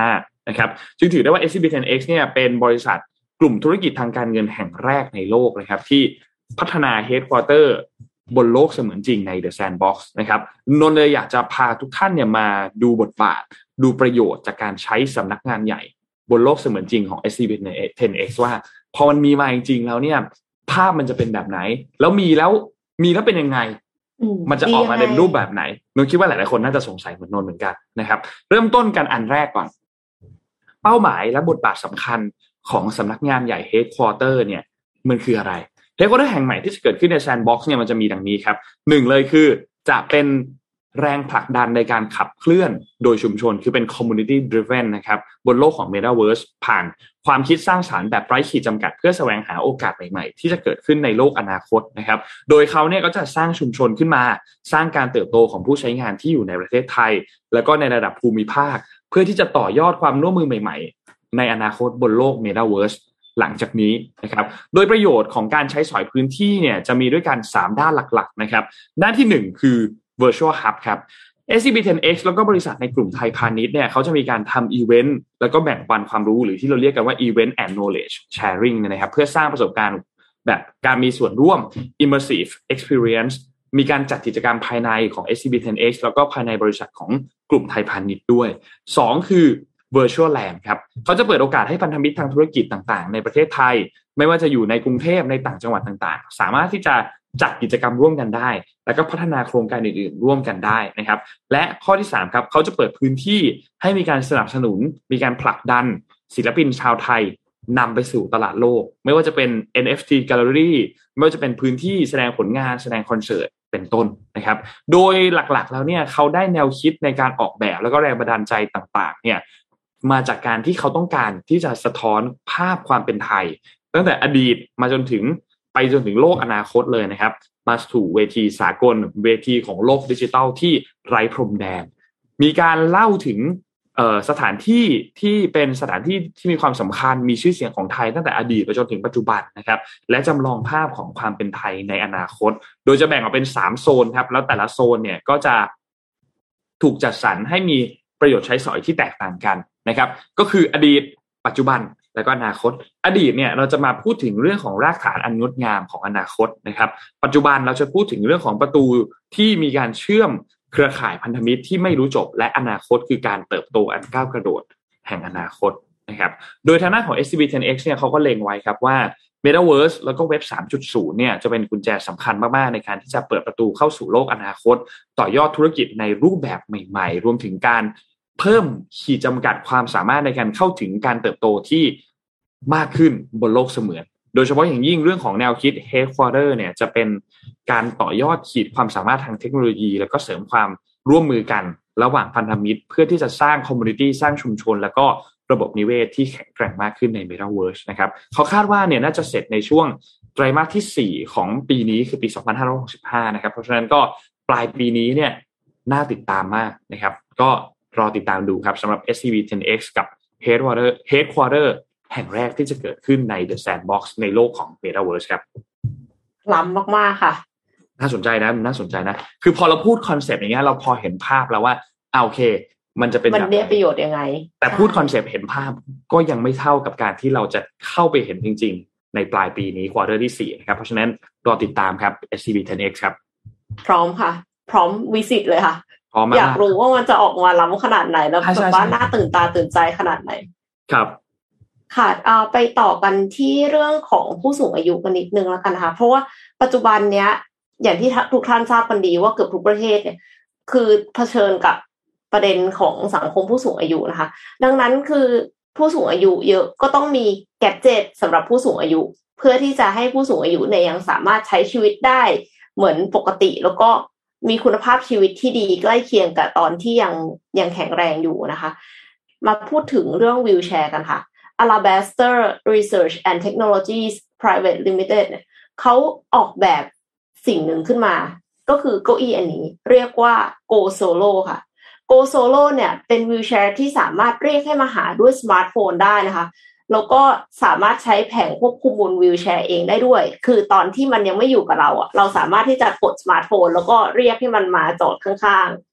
นะครับจึงถือได้ว่า เอส ซี บี เท็น เอ็กซ์ เนี่ยเป็นบริษัทกลุ่มธุรกิจทางการเงินแห่งแรกในโลกนะครับที่พัฒนา Headquarter บนโลกเสมือนจริงใน The Sandbox นะครับนนท์เลยอยากจะพาทุกท่านเนี่ยมาดูบทบาทดูประโยชน์จากการใช้สำนักงานใหญ่บนโลกเสมือนจริงของ เอส ซี บี เท็น เอ็กซ์ ว่าพอมันมีมาจริงๆแล้วเนี่ยภาพมันจะเป็นแบบไหนแล้วมีแล้วมีแล้วเป็นยังไงมันจะออกมาในรูปแบบไหนนนท์คิดว่าหลายๆคนน่าจะสงสัยเหมือนนนท์เหมือนกันนะครับเริ่มต้นกันอันแรกก่อนเป้าหมายและบทบาทสำคัญของสำนักงานใหญ่ Headquarter เนี่ยมันคืออะไร Headquarter แห่งใหม่ที่จะเกิดขึ้นใน Sandbox เนี่ยมันจะมีดังนี้ครับหนึ่งเลยคือจะเป็นแรงผลักดันในการขับเคลื่อนโดยชุมชนคือเป็น community driven นะครับบนโลกของ Metaverse ผ่านความคิดสร้างสรรค์แบบไร้ขีดจำกัดเพื่อแสวงหาโอกาสใหม่ๆที่จะเกิดขึ้นในโลกอนาคตนะครับโดยเขาเนี่ยก็จะสร้างชุมชนขึ้นมาสร้างการเติบโตของผู้ใช้งานที่อยู่ในประเทศไทยแล้วก็ในระดับภูมิภาคเพื่อที่จะต่อยอดความร่วมมือใหม่ๆในอนาคตบนโลก Metaverse หลังจากนี้นะครับโดยประโยชน์ของการใช้สอยพื้นที่เนี่ยจะมีด้วยกันสามด้านหลักๆนะครับด้านที่หนึ่งคือ Virtual Hub ครับ เอส ซี บี เท็น เอ็กซ์ แล้วก็บริษัทในกลุ่มไทยพาณิชย์เนี่ยเขาจะมีการทำอีเวนต์แล้วก็แบ่งปันความรู้หรือที่เราเรียกกันว่า Event and Knowledge Sharing นะครับเพื่อสร้างประสบการณ์แบบการมีส่วนร่วม Immersive Experience มีการจัดกิจกรรมภายในของ เอส ซี บี เท็น เอ็กซ์ แล้วก็ภายในบริษัทของกลุ่มไทยพาณิชย์ด้วยสองคือ Virtual Land ครับเขาจะเปิดโอกาสให้พันธมิตรทางธุรกิจต่างๆในประเทศไทยไม่ว่าจะอยู่ในกรุงเทพในต่างจังหวัดต่างๆสามารถที่จะจัดกิจกรรมร่วมกันได้แล้วก็พัฒนาโครงการอื่นๆร่วมกันได้นะครับและข้อที่สามครับเขาจะเปิดพื้นที่ให้มีการสนับสนุนมีการผลักดันศิลปินชาวไทยนำไปสู่ตลาดโลกไม่ว่าจะเป็น เอ็น เอฟ ที Gallery ไม่ว่าจะเป็นพื้นที่แสดงผลงานแสดงคอนเสิร์ตเป็นต้นนะครับโดยหลักๆแล้วเนี่ยเขาได้แนวคิดในการออกแบบแล้วก็แรงบันดาลใจต่างๆเนี่ยมาจากการที่เขาต้องการที่จะสะท้อนภาพความเป็นไทยตั้งแต่อดีตมาจนถึงไปจนถึงโลกอนาคตเลยนะครับมาสู่เวทีสากลเวทีของโลกดิจิทัลที่ไร้พรมแดนมีการเล่าถึงสถานที่ที่เป็นสถานที่ที่มีความสำคัญมีชื่อเสียงของไทยตั้งแต่อดีตไปจนถึงปัจจุบันนะครับและจำลองภาพของความเป็นไทยในอนาคตโดยจะแบ่งออกเป็นสามโซนครับแล้วแต่ละโซนเนี่ยก็จะถูกจัดสรรให้มีประโยชน์ใช้สอยที่แตกต่างกันนะครับก็คืออดีตปัจจุบันและก็อนาคตอดีตเนี่ยเราจะมาพูดถึงเรื่องของรากฐานอันงดงามของอนาคตนะครับปัจจุบันเราจะพูดถึงเรื่องของประตูที่มีการเชื่อมเครือข่ายพันธมิตรที่ไม่รู้จบและอนาคตคือการเติบโตอันก้าวกระโดดแห่งอนาคตนะครับโดยทางด้านของ เอส ซี บี เท็น เอ็กซ์ เนี่ยเขาก็เล็งไว้ครับว่า Metaverse แล้วก็เว็บ สามจุดศูนย์ เนี่ยจะเป็นกุญแจสำคัญมากๆในการที่จะเปิดประตูเข้าสู่โลกอนาคตต่อยอดธุรกิจในรูปแบบใหม่ๆรวมถึงการเพิ่มขีดจำกัดความสามารถในการเข้าถึงการเติบโตที่มากขึ้นบนโลกเสมือนโดยเฉพาะอย่างยิ่งเรื่องของแนวคิด Headquarter เนี่ยจะเป็นการต่อยอดขีดความสามารถทางเทคโนโลยีแล้วก็เสริมความร่วมมือกันระหว่างพันธมิตรเพื่อที่จะสร้างคอมมูนิตี้สร้างชุมชนแล้วก็ระบบนิเวศที่แข็งแกร่งมากขึ้นใน Metaverse นะครับเขาคาดว่าเนี่ยน่าจะเสร็จในช่วงไตรมาสที่สี่ของปีนี้คือปีสองพันห้าร้อยหกสิบห้านะครับเพราะฉะนั้นก็ปลายปีนี้เนี่ยน่าติดตามมากนะครับก็รอติดตามดูครับสำหรับ เอส ซี บี เท็น เอ็กซ์ กับ Headquarter Headquarter แห่งแรกที่จะเกิดขึ้นใน The Sandbox ในโลกของ Metaverse ครับล้ำมากๆค่ะน่าสนใจนะน่าสนใจนะคือพอเราพูดคอนเซปต์อย่างเงี้ยเราพอเห็นภาพแล้วว่าอ่าโอเคมันจะเป็นมันได้ประโยชน์ยังไงแต่พูดคอนเซปต์เห็นภาพก็ยังไม่เท่ากับการที่เราจะเข้าไปเห็นจริงๆในปลายปีนี้ควอเตอร์ที่สี่นะครับเพราะฉะนั้นรอติดตามครับ เอส ซี บี เท็น เอ็กซ์ ครับพร้อมค่ะพร้อมวิสิตเลยค่ะพร้อมอยากรู้ว่ามันจะออกมาล้ำขนาดไหนแล้วแบบว่าน่าตื่นตาตื่นใจขนาดไหนครับค่ะเอาไปต่อกันที่เรื่องของผู้สูงอายุกันนิดนึงแล้วกันนะคะเพราะว่าปัจจุบันเนี้ยอย่างที่ทุกท่านทราบกันดีว่าเกือบทุกประเทศเนี่ยคือเผชิญกับประเด็นของสังคมผู้สูงอายุนะคะดังนั้นคือผู้สูงอายุเยอะก็ต้องมีแกดเจ็ตสำหรับผู้สูงอายุเพื่อที่จะให้ผู้สูงอายุเนี่ยยังสามารถใช้ชีวิตได้เหมือนปกติแล้วก็มีคุณภาพชีวิตที่ดีใกล้เคียงกับตอนที่ยังยังแข็งแรงอยู่นะคะมาพูดถึงเรื่องวีลแชร์กันค่ะ Alabaster Research and Technologies Private Limited เนี่ยเขาออกแบบสิ่งหนึ่งขึ้นมาก็คือเก้าอี้อันนี้เรียกว่า Go Solo ค่ะ Go Solo เนี่ยเป็นวีลแชร์ที่สามารถเรียกให้มาหาด้วยสมาร์ทโฟนได้นะคะแล้วก็สามารถใช้แผงควบคุมบนวีลแชร์เองได้ด้วยคือตอนที่มันยังไม่อยู่กับเราอ่ะเราสามารถที่จะกดสมาร์ทโฟนแล้วก็เรียกให้มันมาจอดข้าง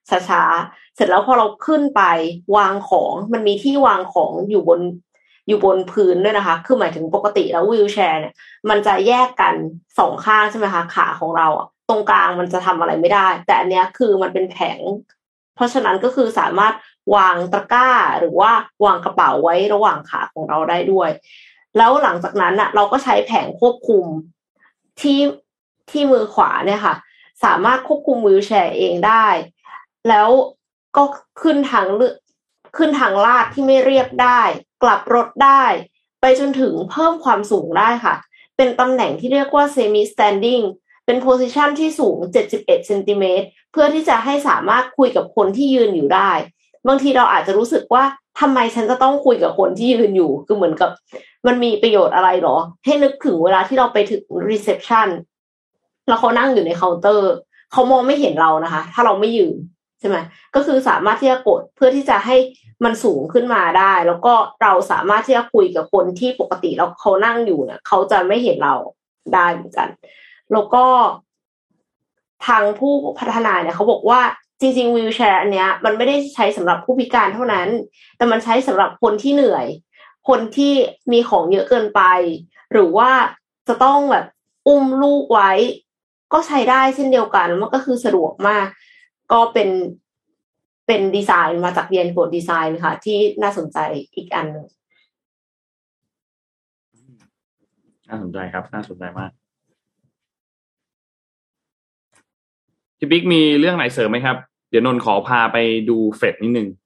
ช้าๆเสร็จแล้วพอเราขึ้นไปวางของมันมีที่วางของอยู่บนอยู่บนพื้นด้วยนะคะคือหมายถึงปกติแล้ววีลแชร์เนี่ยมันจะแยกกันสองข้างใช่ไหมคะขาของเราอ่ะตรงกลางมันจะทำอะไรไม่ได้แต่อันเนี้ยคือมันเป็นแผงเพราะฉะนั้นก็คือสามารถวางตะกร้าหรือว่าวางกระเป๋าไว้ระหว่างขาของเราได้ด้วยแล้วหลังจากนั้นอ่ะเราก็ใช้แผงควบคุมที่ที่มือขวาเนี่ยค่ะสามารถควบคุมวีลแชร์เองได้แล้วก็ขึ้นทางเลือกขึ้นทางลาดที่ไม่เรียบได้กลับรถได้ไปจนถึงเพิ่มความสูงได้ค่ะเป็นตำแหน่งที่เรียกว่า semi standing เป็นโพสิชันที่สูงเจ็ดสิบเอ็ดเซนติเมตรเพื่อที่จะให้สามารถคุยกับคนที่ยืนอยู่ได้บางทีเราอาจจะรู้สึกว่าทำไมฉันจะต้องคุยกับคนที่ยืนอยู่คือเหมือนกับมันมีประโยชน์อะไรหรอให้นึกถึงเวลาที่เราไปถึง reception แล้วเขานั่งอยู่ในเคาน์เตอร์เขามองไม่เห็นเรานะคะถ้าเราไม่ยืนใช่ไหมก็คือสามารถที่จะกดเพื่อที่จะให้มันสูงขึ้นมาได้แล้วก็เราสามารถที่จะคุยกับคนที่ปกติแล้วเขานั่งอยู่เนี่ยเขาจะไม่เห็นเราได้เหมือนกันแล้วก็ทางผู้พัฒนาเนี่ยเขาบอกว่าจริงๆวีลแชร์อันเนี้ยมันไม่ได้ใช้สำหรับผู้พิการเท่านั้นแต่มันใช้สำหรับคนที่เหนื่อยคนที่มีของเยอะเกินไปหรือว่าจะต้องแบบอุ้มลูกไว้ก็ใช้ได้เช่นเดียวกันมันก็คือสะดวกมากก็เป็นเป็นดีไซน์มาจากเรียนโกดดีไซน์ค่ะที่น่าสนใจอีกอันนึงน่าสนใจครับน่าสนใจมากพี่บิ๊กมีเรื่องไหนเสริมไหมครับเดี๋ยวนนท์ขอพาไปดูเฟดนิดนึง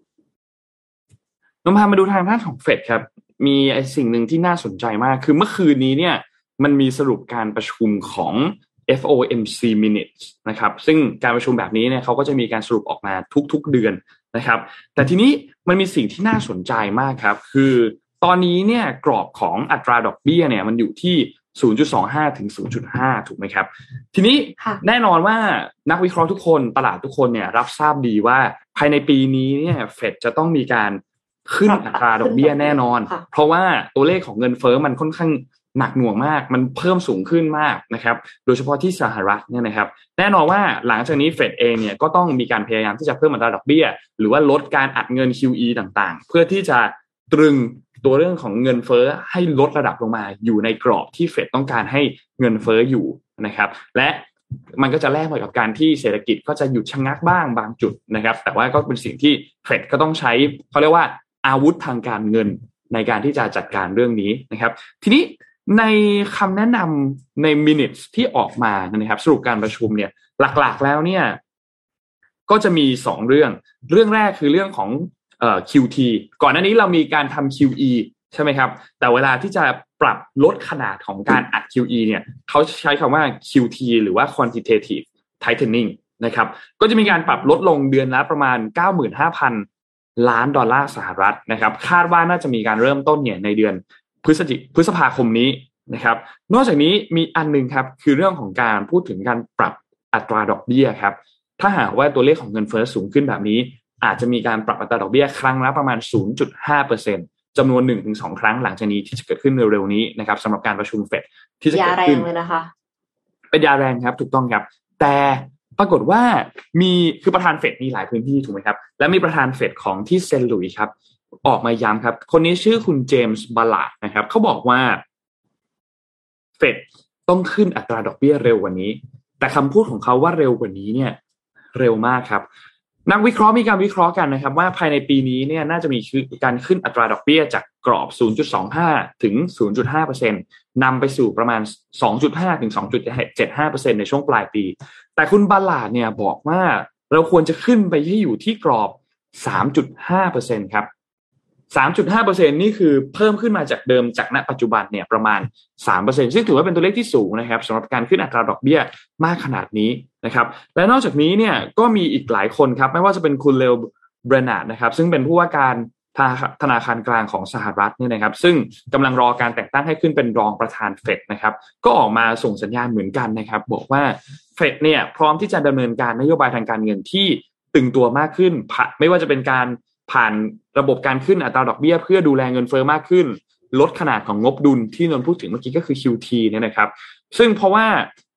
นนท์พามาดูทางด้านของเฟดครับมีไอ้สิ่งหนึ่งที่น่าสนใจมากคือเมื่อคืนนี้เนี่ยมันมีสรุปการประชุมของ เอฟ โอ เอ็ม ซี Minutes นะครับซึ่งการประชุมแบบนี้เนี่ยเขาก็จะมีการสรุปออกมาทุกๆเดือนนะครับแต่ทีนี้มันมีสิ่งที่น่าสนใจมากครับคือตอนนี้เนี่ยกรอบของอัตราดอกเบี้ยเนี่ยมันอยู่ที่ ศูนย์จุดสองห้า ถึง ศูนย์จุดห้า ถูกไหมครับทีนี้แน่นอนว่านักวิเคราะห์ทุกคนตลาดทุกคนเนี่ยรับทราบดีว่าภายในปีนี้เนี่ยเฟดจะต้องมีการขึ้นอัตราดอกเบี้ยแน่นอนเพราะว่าตัวเลขของเงินเฟ้อมันค่อนข้างหนักหน่วงมากมันเพิ่มสูงขึ้นมากนะครับโดยเฉพาะที่สหรัฐเนี่ยนะครับแน่นอนว่าหลังจากนี้เฟดเองเนี่ยก็ต้องมีการพยายามที่จะเพิ่มอัตราดอกเบี้ยหรือว่าลดการอัดเงิน คิว อี ต่างๆเพื่อที่จะตรึงตัวเรื่องของเงินเฟ้อให้ลดระดับลงมาอยู่ในกรอบที่เฟดต้องการให้เงินเฟ้ออยู่นะครับและมันก็จะแลกมากับการที่เศรษฐกิจก็จะหยุดชะงักบ้างบางจุดนะครับแต่ว่าก็เป็นสิ่งที่เฟดก็ต้องใช้เขาเรียกว่าอาวุธทางการเงินในการที่จะจัดการเรื่องนี้นะครับทีนี้ในคำแนะนำใน minutes ที่ออกมานะครับสรุปการประชุมเนี่ยหลักๆแล้วเนี่ยก็จะมีสองเรื่องเรื่องแรกคือเรื่องของเอ่อ คิว ที ก่อนหน้านี้เรามีการทำ คิว อี ใช่ไหมครับแต่เวลาที่จะปรับลดขนาดของการอัด คิว อี เนี่ยเขาใช้คำว่า คิว ที หรือว่า quantitative tightening นะครับก็จะมีการปรับลดลงเดือนละประมาณ เก้าหมื่นห้าพัน ล้านดอลลาร์สหรัฐนะครับคาดว่าน่าจะมีการเริ่มต้นเนี่ยในเดือนพฤศจิพฤษภาคมนี้นะครับนอกจากนี้มีอันนึงครับคือเรื่องของการพูดถึงการปรับอัตราดอกเบี้ยครับถ้าหากว่าตัวเลขของเงินเฟ้อสูงขึ้นแบบนี้อาจจะมีการปรับอัตราดอกเบี้ยครั้งละประมาณ ศูนย์จุดห้าเปอร์เซ็นต์ จำนวน หนึ่งถึงสอง ครั้งหลังจากนี้ที่จะเกิดขึ้นเร็วๆนี้นะครับสำหรับการประชุมเฟดที่จะเกิดขึ้นยาแรงเลยนะคะเป็นยาแรงครับถูกต้องครับแต่ปรากฏว่ามีคือประธานเฟดมีหลายพื้นที่ถูกไหมครับและมีประธานเฟดของที่เซนต์หลุยส์ครับออกมาย้ำครับคนนี้ชื่อคุณเจมส์บาลาดนะครับเขาบอกว่าเฟดต้องขึ้นอัตราดอกเบี้ยเร็วกว่านี้แต่คำพูดของเขาว่าเร็วกว่านี้เนี่ยเร็วมากครับนักวิเคราะห์มีการวิเคราะห์กันนะครับว่าภายในปีนี้เนี่ยน่าจะมีการขึ้นอัตราดอกเบี้ยจากกรอบ ศูนย์จุดสองห้า ถึง ศูนย์จุดห้าเปอร์เซ็นต์ นำไปสู่ประมาณ สองจุดห้า ถึง สองจุดเจ็ดห้าเปอร์เซ็นต์ ในช่วงปลายปีแต่คุณบาลาดเนี่ยบอกว่าเราควรจะขึ้นไปที่อยู่ที่กรอบ สามจุดห้าเปอร์เซ็นต์ ครับ สามจุดห้าเปอร์เซ็นต์ นี่คือเพิ่มขึ้นมาจากเดิมจากณปัจจุบันเนี่ยประมาณ สามเปอร์เซ็นต์ ซึ่งถือว่าเป็นตัวเลขที่สูงนะครับสำหรับการขึ้นอัตราดอกเบี้ยมากขนาดนี้นะครับและนอกจากนี้เนี่ยก็มีอีกหลายคนครับไม่ว่าจะเป็นคุณเลวเบรนาร์ดนะครับซึ่งเป็นผู้ว่าการธนาคารกลางของสหรัฐเนี่ยนะครับซึ่งกำลังรอการแต่งตั้งให้ขึ้นเป็นรองประธานเฟดนะครับก็ออกมาส่งสัญญาณเหมือนกันนะครับบอกว่าเฟดเนี่ยพร้อมที่จะดำเนินการนโยบายทางการเงินที่ตึงตัวมากขึ้นไม่ว่าจะเป็นการผ่านระบบการขึ้นอัตราดอกเบี้ยเพื่อดูแลเงินเฟ้อมากขึ้นลดขนาดของงบดุลที่นนท์พูดถึงเมื่อกี้ก็คือ คิว ที เนี่ยนะครับซึ่งเพราะว่า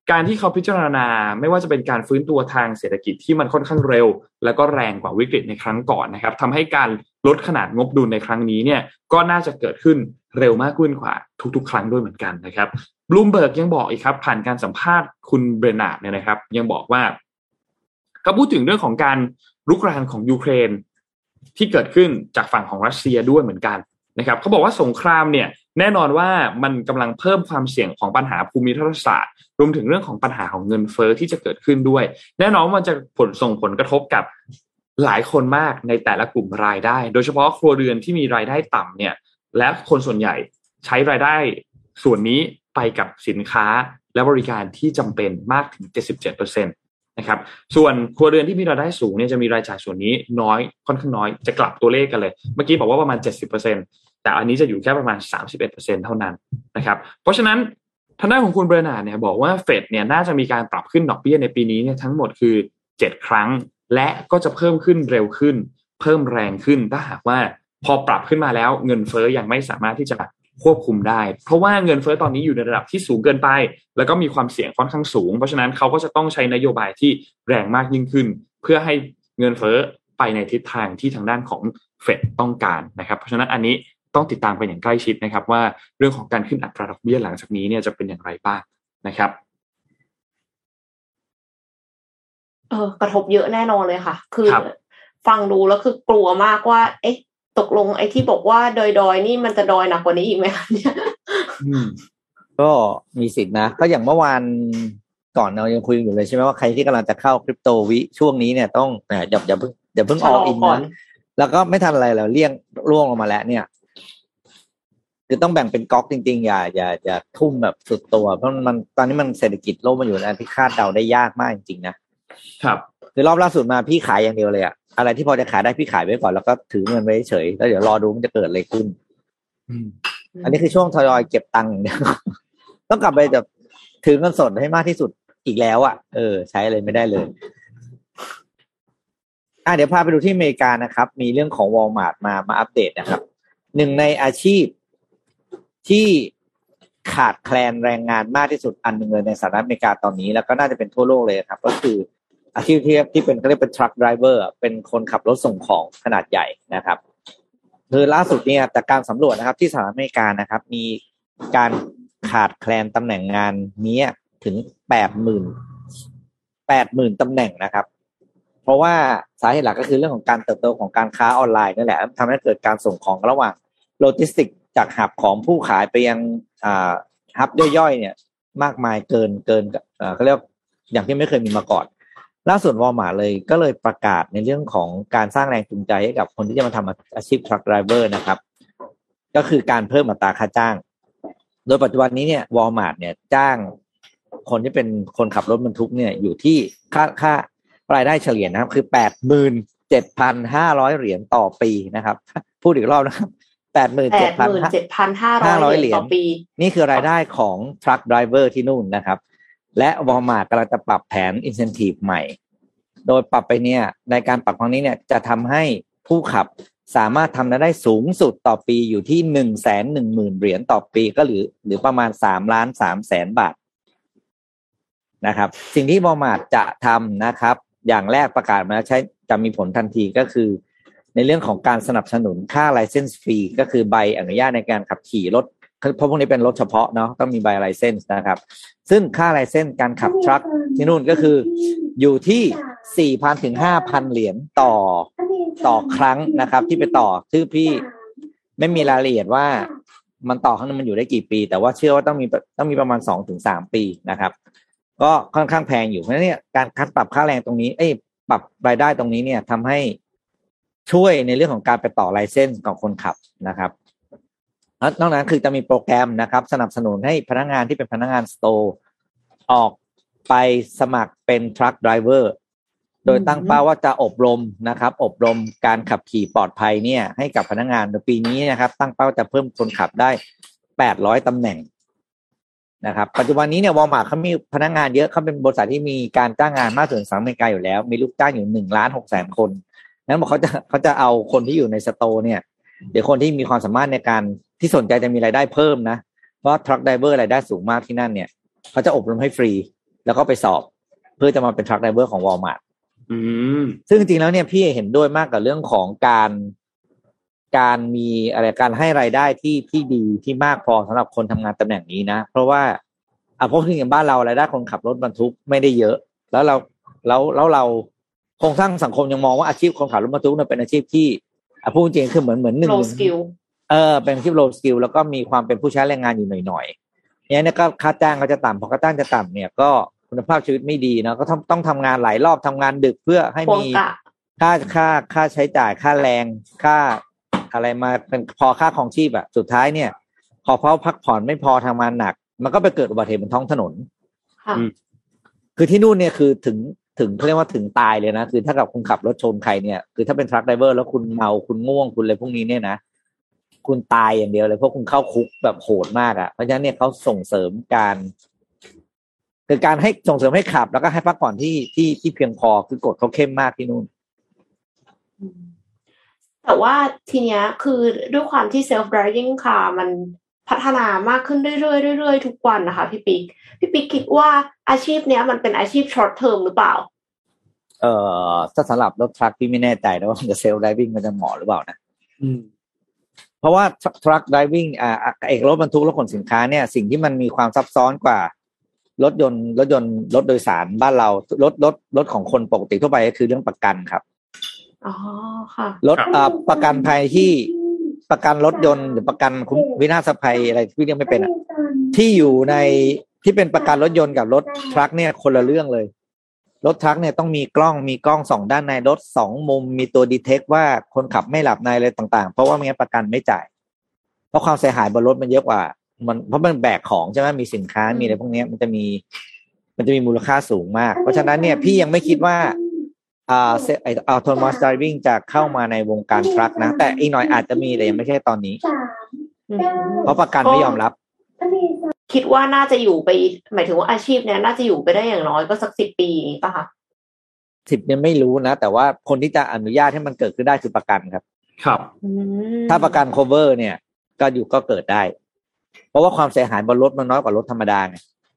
การที่เขาพิจารณาไม่ว่าจะเป็นการฟื้นตัวทางเศรษฐกิจที่มันค่อนข้างเร็วแล้วก็แรงกว่าวิกฤตในครั้งก่อนนะครับทำให้การลดขนาดงบดุลในครั้งนี้เนี่ยก็น่าจะเกิดขึ้นเร็วมากขึ้นกว่าทุกๆครั้งด้วยเหมือนกันนะครับบลูมเบิร์กยังบอกอีกครับผ่านการสัมภาษณ์คุณเบรนาร์ดเนี่ยนะครับยังบอกว่าเขาพูดถึงเรื่องของการรุกรานของยูเครนที่เกิดขึ้นจากฝั่งของรัสเซียด้วยเหมือนกันนะครับเขาบอกว่าสงครามเนี่ยแน่นอนว่ามันกำลังเพิ่มความเสี่ยงของปัญหาภูมิรัฐศาสตร์รวมถึงเรื่องของปัญหาของเงินเฟ้อที่จะเกิดขึ้นด้วยแน่นอนมันจะผลส่งผลกระทบกับหลายคนมากในแต่ละกลุ่มรายได้โดยเฉพาะครัวเรือนที่มีรายได้ต่ำเนี่ยและคนส่วนใหญ่ใช้รายได้ส่วนนี้ไปกับสินค้าและบริการที่จำเป็นมากถึง เจ็ดสิบเจ็ดเปอร์เซ็นต์ นะครับส่วนครัวเรือนที่มีรายได้สูงเนี่ยจะมีรายจ่ายส่วนนี้น้อยค่อนข้างน้อยจะกลับตัวเลขกันเลยเมื่อกี้บอกว่าประมาณ เจ็ดสิบเปอร์เซ็นต์ แต่อันนี้จะอยู่แค่ประมาณ สามสิบเอ็ดเปอร์เซ็นต์ เท่านั้นนะครับเพราะฉะนั้นทางด้านของคุณเบรนาร์ดเนี่ยบอกว่าเฟดเนี่ยน่าจะมีการปรับขึ้นดอกเบี้ยในปีนี้เนี่ยทั้งหมดคือเจ็ดครั้งและก็จะเพิ่มขึ้นเร็วขึ้นเพิ่มแรงขึ้นถ้าหากว่าพอปรับขึ้นมาแล้วเงินเฟ้อยังไม่สามารถที่จะควบคุมได้เพราะว่าเงินเฟ้อตอนนี้อยู่ในระดับที่สูงเกินไปแล้วก็มีความเสี่ยงค่อนข้างสูงเพราะฉะนั้นเขาก็จะต้องใช้นโยบายที่แรงมากยิ่งขึ้นเพื่อให้เงินเฟ้อไปในทิศทางที่ทางด้านของเฟดต้องการนะครับเพราะฉะนั้นอันนี้ต้องติดตามไปอย่างใกล้ชิดนะครับว่าเรื่องของการขึ้นอัตราดอกเบี้ยหลังจากนี้เนี่ยจะเป็นอย่างไรบ้างนะครับเออกระทบเยอะแน่นอนเลยค่ะคือฟังดูแล้วคือกลัวมากว่าเอ๊ะตกลงไอ้ที่บอกว่าดอยๆนี่มันจะดอยหนักกว่านี้อีกไหมคะเนี่ยก็มีสิทธินะก็อย่างเมื่อวานก่อนเรายังคุยอยู่เลยใช่ไหมว่าใครที่กำลังจะเข้าคริปโตวิช่วงนี้เนี่ยต้องอย่าอย่าเพิ่งอย่าเพิ่งออลอินนะแล้วก็ไม่ทันอะไรแล้วเลี่ยงร่วงลงมาแล้วเนี่ยคือต้องแบ่งเป็นก๊อกจริงๆอย่าอย่าอย่าทุ่มแบบสุดตัวเพราะมันตอนนี้มันเศรษฐกิจโลกมันอยู่ในที่คาดเดาได้ยากมากจริงๆนะครับคือรอบล่าสุดมาพี่ขายอย่างเดียวเลยอะอะไรที่พอจะขายได้พี่ขายไว้ก่อนแล้วก็ถือเงินไว้เฉยแล้วเดี๋ยวรอดูมันจะเกิดอะไรขึ้นอันนี้คือช่วงทยอยเก็บตังค์เนี่ยต้องกลับไปแบบถือเงินสดให้มากที่สุดอีกแล้วอ่ะเออใช้เลยไม่ได้เลยอ่ะเดี๋ยวพาไปดูที่อเมริกานะครับมีเรื่องของ Walmart มามาอัปเดตนะครับหนึ่งในอาชีพที่ขาดแคลนแรงงานมากที่สุดอันหนึ่งเลยในสหรัฐอเมริกาตอนนี้แล้วก็น่าจะเป็นทั่วโลกเลยครับก็คืออาชีพที่ที่เป็นเขาเรียกเป็น truck driver เป็นคนขับรถส่งของขนาดใหญ่นะครับคือล่าสุดเนี่ยจากการสำรวจนะครับที่สหรัฐอเมริกานะครับมีการขาดแคลนตำแหน่งงานนี้ถึง แปดหมื่น แปดหมื่น ตำแหน่งนะครับเพราะว่าสาเหตุหลักก็คือเรื่องของการเติบโตของการค้าออนไลน์นั่นแหละทำให้เกิดการส่งของระหว่างโลจิสติกจากหับของผู้ขายไปยังอ่าหับย่อยๆเนี่ยมากมายเกินเกินเอ่อเขาเรียกอย่างที่ไม่เคยมีมาก่อนล่าสุด Walmart เลยก็เลยประกาศในเรื่องของการสร้างแรงจูงใจให้กับคนที่จะมาทำอาชีพ truck driver นะครับก็คือการเพิ่มอัตราค่าจ้างโดยปัจจุบันนี้เนี่ย Walmart เนี่ยจ้างคนที่เป็นคนขับรถบรรทุกเนี่ยอยู่ที่ค่าค่ารายได้เฉลี่ยนะครับคือ แปดหมื่นเจ็ดพันห้าร้อย เหรียญต่อปีนะครับพูดอีกรอบนะครับ แปดหมื่นเจ็ดพันห้าร้อย เหรียญต่อปีนี่คือรายได้ของ truck driver ที่นู่นนะครับและ Walmart กำลังจะปรับแผน incentive ใหม่โดยปรับไปเนี่ยในการปรับครั้งนี้เนี่ยจะทำให้ผู้ขับสามารถทำได้สูงสุดต่อปีอยู่ที่ หนึ่งแสนหนึ่งหมื่น เหรียญต่อปีก็หรือหรือประมาณสามล้านสามแสนบาทนะครับสิ่งที่ Walmart จะทำนะครับอย่างแรกประกาศมาใช้จะมีผลทันทีก็คือในเรื่องของการสนับสนุนค่า license fee ก็คือใบอนุญาตในการขับขี่รถเพราะพวกนี้เป็นรถเฉพาะเนาะต้องมีใบ license นะครับซึ่งค่า license การขับทรัคที่นู่นก็คืออยู่ที่ สี่พัน ถึง ห้าพัน เหรียญต่อต่อครั้งนะครับที่ไปต่อซึ่งพี่ไม่มีรายละเอียดว่ามันต่อครั้งนึงมันอยู่ได้กี่ปีแต่ว่าเชื่อว่าต้องมีต้องมีประมาณ สองถึงสาม ปีนะครับก็ค่อนข้างแพงอยู่เพราะฉะนั้นเนี่ยการคัดปรับค่าแรงตรงนี้เอ้ยปรับรายได้ตรงนี้เนี่ยทำให้ช่วยในเรื่องของการไปต่อไลเซนส์ของคนขับนะครับนอกนั้นคือจะมีโปรแกรมนะครับสนับสนุนให้พนักงานที่เป็นพนักงานสโตร์ออกไปสมัครเป็นทรัคไดรเวอร์โดยตั้งเป้าว่าจะอบรมนะครับอบรมการขับขี่ปลอดภัยเนี่ยให้กับพนักงานในปีนี้นะครับตั้งเป้าจะเพิ่มคนขับได้แปดร้อยตำแหน่งนะครับปัจจุบันนี้เนี่ย Walmart เขามีพนักงานเยอะเขาเป็นบริษัทที่มีการจ้างงานมากถึงสหรัฐอเมริกาอยู่แล้วมีลูกจ้างอยู่ หนึ่งล้านหกแสน คนนั้นบอกเขาจะเขาจะเอาคนที่อยู่ในสโตร์เนี่ยเดี๋ยวคนที่มีความสามารถในการที่สนใจจะมีรายได้เพิ่มนะเพราะทรัคไดรเวอร์รายได้สูงมากที่นั่นเนี่ยเขาจะอบรมให้ฟรีแล้วก็ไปสอบเพื่อจะมาเป็นทรัคไดรเวอร์ของ Walmart อืมซึ่งจริงๆแล้วเนี่ยพี่เห็นด้วยมากกับเรื่องของการการมีอะไรการให้รายได้ที่ที่ดีที่มากพอสำหรับคนทำงานตำแหน่งนี้นะเพราะว่าอ่ะเพราะที่อย่างบ้านเรารายได้คนขับรถบรรทุกไม่ได้เยอะแล้วเราแล้วแล้วเราโครงสร้างสังคมยังมองว่าอาชีพคนขับรถบรรทุกเนี่ยเป็นอาชีพที่อ่ะพูดจริงคือเหมือนเหมือนหนึ่ง low skill เออเป็นอาชีพ low skill แล้วก็มีความเป็นผู้ใช้แรงงานอยู่หน่อยๆเนี่ยก็ค่าจ้างก็จะต่ำพอค่าจ้างจะต่ำเนี่ยก็คุณภาพชีวิตไม่ดีนะก็ต้องต้องทำงานหลายรอบทำงานดึกเพื่อให้มีค่าค่าค่าใช้จ่ายค่าแรงค่าอะไรมาเป็นพอค่าครองชีพอะสุดท้ายเนี่ยพอเพราะพักผ่อนไม่พอทำงานหนักมันก็ไปเกิดอุบัติเหตุบนท้องถนนคือที่นู่นเนี่ยคือถึงถึงเขาเรียกว่าถึงตายเลยนะคือถ้ากับคุณขับรถชนใครเนี่ยคือถ้าเป็นทรัคไดรเวอร์แล้วคุณเมาคุณง่วงคุณอะไรพวกนี้เนี่ยนะคุณตายอย่างเดียวเลยเพราะคุณเข้าคุกแบบโหดมากอ่ะเพราะฉะนั้นเนี่ยเขาส่งเสริมการคือการให้ส่งเสริมให้ขับแล้วก็ให้พักผ่อนที่ที่ที่เพียงพอคือกฎเขาเข้มมากที่นู่นแต่ว่าทีเนี้ยคือด้วยความที่ self driving car มันพัฒนามากขึ้นเรื่อยๆเรื่อยๆทุกวันนะคะพี่ปิ๊กพี่ปิ๊กคิดว่าอาชีพเนี้ยมันเป็นอาชีพ short term หรือเปล่าเอ่อถ้าสำหรับรถทรัคพี่ไม่แน่ใจนะว่าจะ self driving มันจะเหมาะหรือเปล่านะอืมเพราะว่า truck driving อ่าเอกรถบรรทุกรถขนสินค้าเนี่ยสิ่งที่มันมีความซับซ้อนกว่ารถยนต์รถยนต์รถโดยสารบ้านเรารถรถรถของคนปกติทั่วไปก็คือเรื่องประกันครับอ๋อค่ะรถอ่าประกันภัยที่ประกันรถยนต์หรือประกันวินาศภัยอะไรที่เรียกไม่เป็นอ่ะที่อยู่ในที่เป็นประกันรถยนต์กับรถทรัคเนี่ยคนละเรื่องเลยรถทรัคเนี่ยต้องมีกล้องมีกล้องสองด้านในรถสองมุมมีตัวดีเทคว่าคนขับไม่หลับในอะไรต่างๆเพราะว่าไม่งั้นประกันไม่จ่ายเพราะความเสียหายบนรถมันเยอะกว่ามันเพราะมันแบกของใช่ไหมมีสินค้ามีอะไรพวกนี้มันจะมีมันจะมีมูลค่าสูงมากเพราะฉะนั้นเนี่ยพี่ยังไม่คิดว่าอ่าไอ้ autonomous driving จะเข้ามาในวงการทรัคนะแต่อีกหน่อยอาจจะมีแต่ยังไม่ใช่ตอนนี้เพราะประกันไม่ยอมรับคิดว่าน่าจะอยู่ไปหมายถึงว่าอาชีพเนี้ยน่าจะอยู่ไปได้อย่างน้อยก็สักสิบปีป่ะคะสิบเนี่ยไม่รู้นะแต่ว่าคนที่จะอนุญาตให้มันเกิดขึ้นได้คือประกันครับครับถ้าประกัน cover เนี่ยก็อยู่ก็เกิดได้เพราะว่าความเสียหายบนรถมันน้อยกว่ารถธรรมดาไง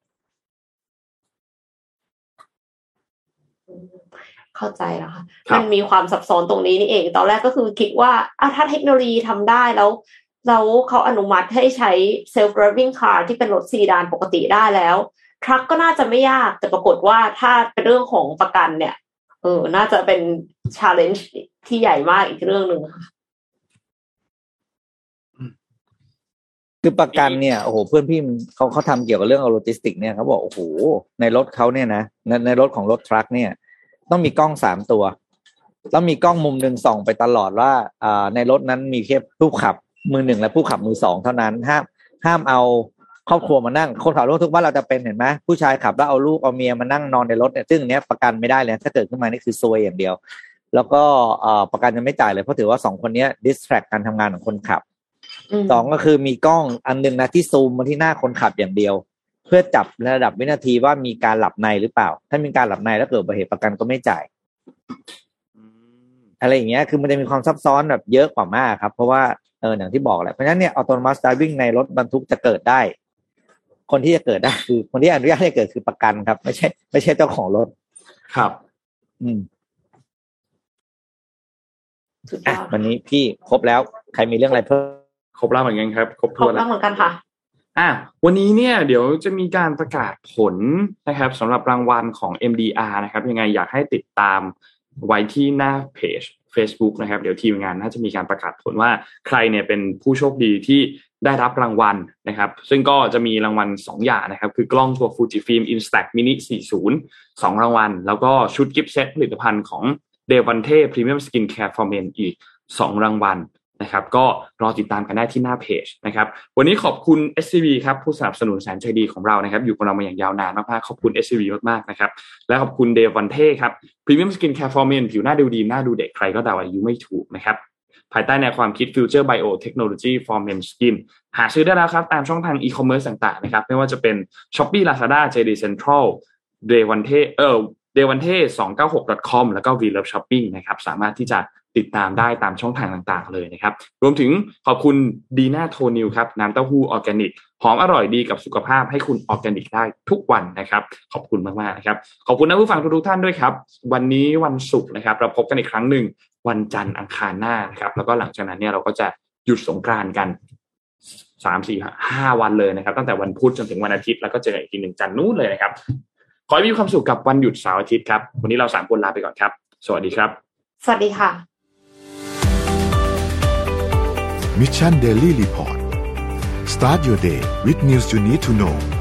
เข้าใจแล้วค่ะมันมีความซับซ้อนตรงนี้นี่เองตอนแรกก็คือคิดว่าอ่ะถ้าเทคโนโลยีทำได้แล้วแล้วเขาอนุมัติให้ใช้ self driving car ที่เป็นรถซีดานปกติได้แล้วทรัคก็น่าจะไม่ยากแต่ปรากฏว่าถ้าเป็นเรื่องของประกันเนี่ยเออน่าจะเป็น challenge ที่ใหญ่มากอีกเรื่องนึงค่ะคือประกันเนี่ยโอ้โหเพื่อนพี่เขาเขาทำเกี่ยวกับเรื่องโลจิสติกเนี่ยเขาบอกโอ้โหในรถเขาเนี่ยนะในในรถของรถทรัคเนี่ยต้องมีกล้องสามตัวแล้วมีกล้องมุมหนึ่งส่องไปตลอดว่าอ่าในรถนั้นมีแค่ผู้ขับมือหนึ่งและผู้ขับมือสองเท่านั้นห้ามห้ามเอาครอบครัวมานั่งคนขับรถทุกบ้านเราจะเป็นเห็นไหมผู้ชายขับแล้วเอาลูกเอาเมียมานั่งนอนในรถเนี่ยซึ่งเนี้ยประกันไม่ได้เลยถ้าเกิดขึ้นมานี่คือซวยอย่างเดียวแล้วก็เอ่อประกันจะไม่จ่ายเลยเพราะถือว่าสองคนนี้ distract การทำงานของคนขับสองก็คือมีกล้องอันนึงนะที่ซูมมาที่หน้าคนขับอย่างเดียวเพื่อจับระดับวินาทีว่ามีการหลับในหรือเปล่าถ้ามีการหลับในแล้วเกิดอุบัติเหตุประกันก็ไม่จ่ายอะไรอย่างเงี้ยคือมันจะมีความซับซ้อนแบบเยอะกว่ามากครับเพราะว่าเอออย่างที่บอกแหละเพราะฉะนั้นเนี่ย autonomous driving ในรถบรรทุกจะเกิดได้คนที่จะเกิดได้คือคนที่อนุญาตให้เกิดคือประกันครับไม่ใช่ไม่ใช่เจ้าของรถครับอืมอ่ะวันนี้พี่ครบแล้วใครมีเรื่องอะไรเพิ่มครบแล้วเหมือนกันครับครบถ้วนแล้วเหมือนกันค่ะอ่ะวันนี้เนี่ยเดี๋ยวจะมีการประกาศผลนะครับสำหรับรางวัลของ เอ็ม ดี อาร์ นะครับยังไงอยากให้ติดตามไว้ที่หน้าเพจ Facebook นะครับเดี๋ยวทีมงานน่าจะมีการประกาศผลว่าใครเนี่ยเป็นผู้โชคดีที่ได้รับรางวัลนะครับซึ่งก็จะมีรางวัลสองอย่างนะครับคือกล้องตัว Fujifilm Instax Mini สี่สิบ สองรางวัลแล้วก็ชุดกิฟต์เซตผลิตภัณฑ์ของ Devante Premium Skin Care for Men อีกสองรางวัลนะครับก็รอติดตามกันได้ที่หน้าเพจนะครับวันนี้ขอบคุณ เอส ซี บี ครับผู้สนับสนุนแสนใจดีของเรานะครับอยู่กับเรามาอย่างยาวนานมากๆขอบคุณ เอส ซี บี มากๆนะครับและขอบคุณ Devante ครับ Premium Skin Care for Men ผิวหน้าดูดีหน้าดูเด็กใครก็เดาอายุไม่ถูกนะครับภายใต้แนวความคิด Future Biotechnology for Men Skin หาซื้อได้แล้วครับตามช่องทางอีคอมเมิร์ซต่างๆนะครับไม่ว่าจะเป็น Shopee Lazada เจ ดี Central Devante เอ่อเดวันเท่ สองเก้าหก ดอท คอม แล้วก็ วี เลิฟ ช็อปปิ้ง นะครับสามารถที่จะติดตามได้ตามช่องทางต่างๆเลยนะครับรวมถึงขอบคุณดีน่าโทนิวครับน้ำเต้าหู้ออร์แกนิกหอมอร่อยดีกับสุขภาพให้คุณออร์แกนิกได้ทุกวันนะครับขอบคุณมากๆนะครับขอบคุณนักผู้ฟังทุกๆท่านด้วยครับวันนี้วันศุกร์นะครับเราพบกันอีกครั้งหนึ่งวันจันทร์อังคารหน้านะครับแล้วก็หลังจากนั้นเนี่ยเราก็จะหยุดสงกรานต์กันสาม สี่ ห้าวันเลยนะครับตั้งแต่วันพุธจนถึงวันอาทิตย์แล้วก็เจออีกทีหนึ่งจันทร์นู้นเลยนะครับขอให้มีความสุขกับวันหยุดเสาร์อาทิตย์ครับวันนี้เราสามคนลาไปก่อนครับสวัสดีครับสวัสดีค่ะ Mission Daily Report Start your day with news you need to know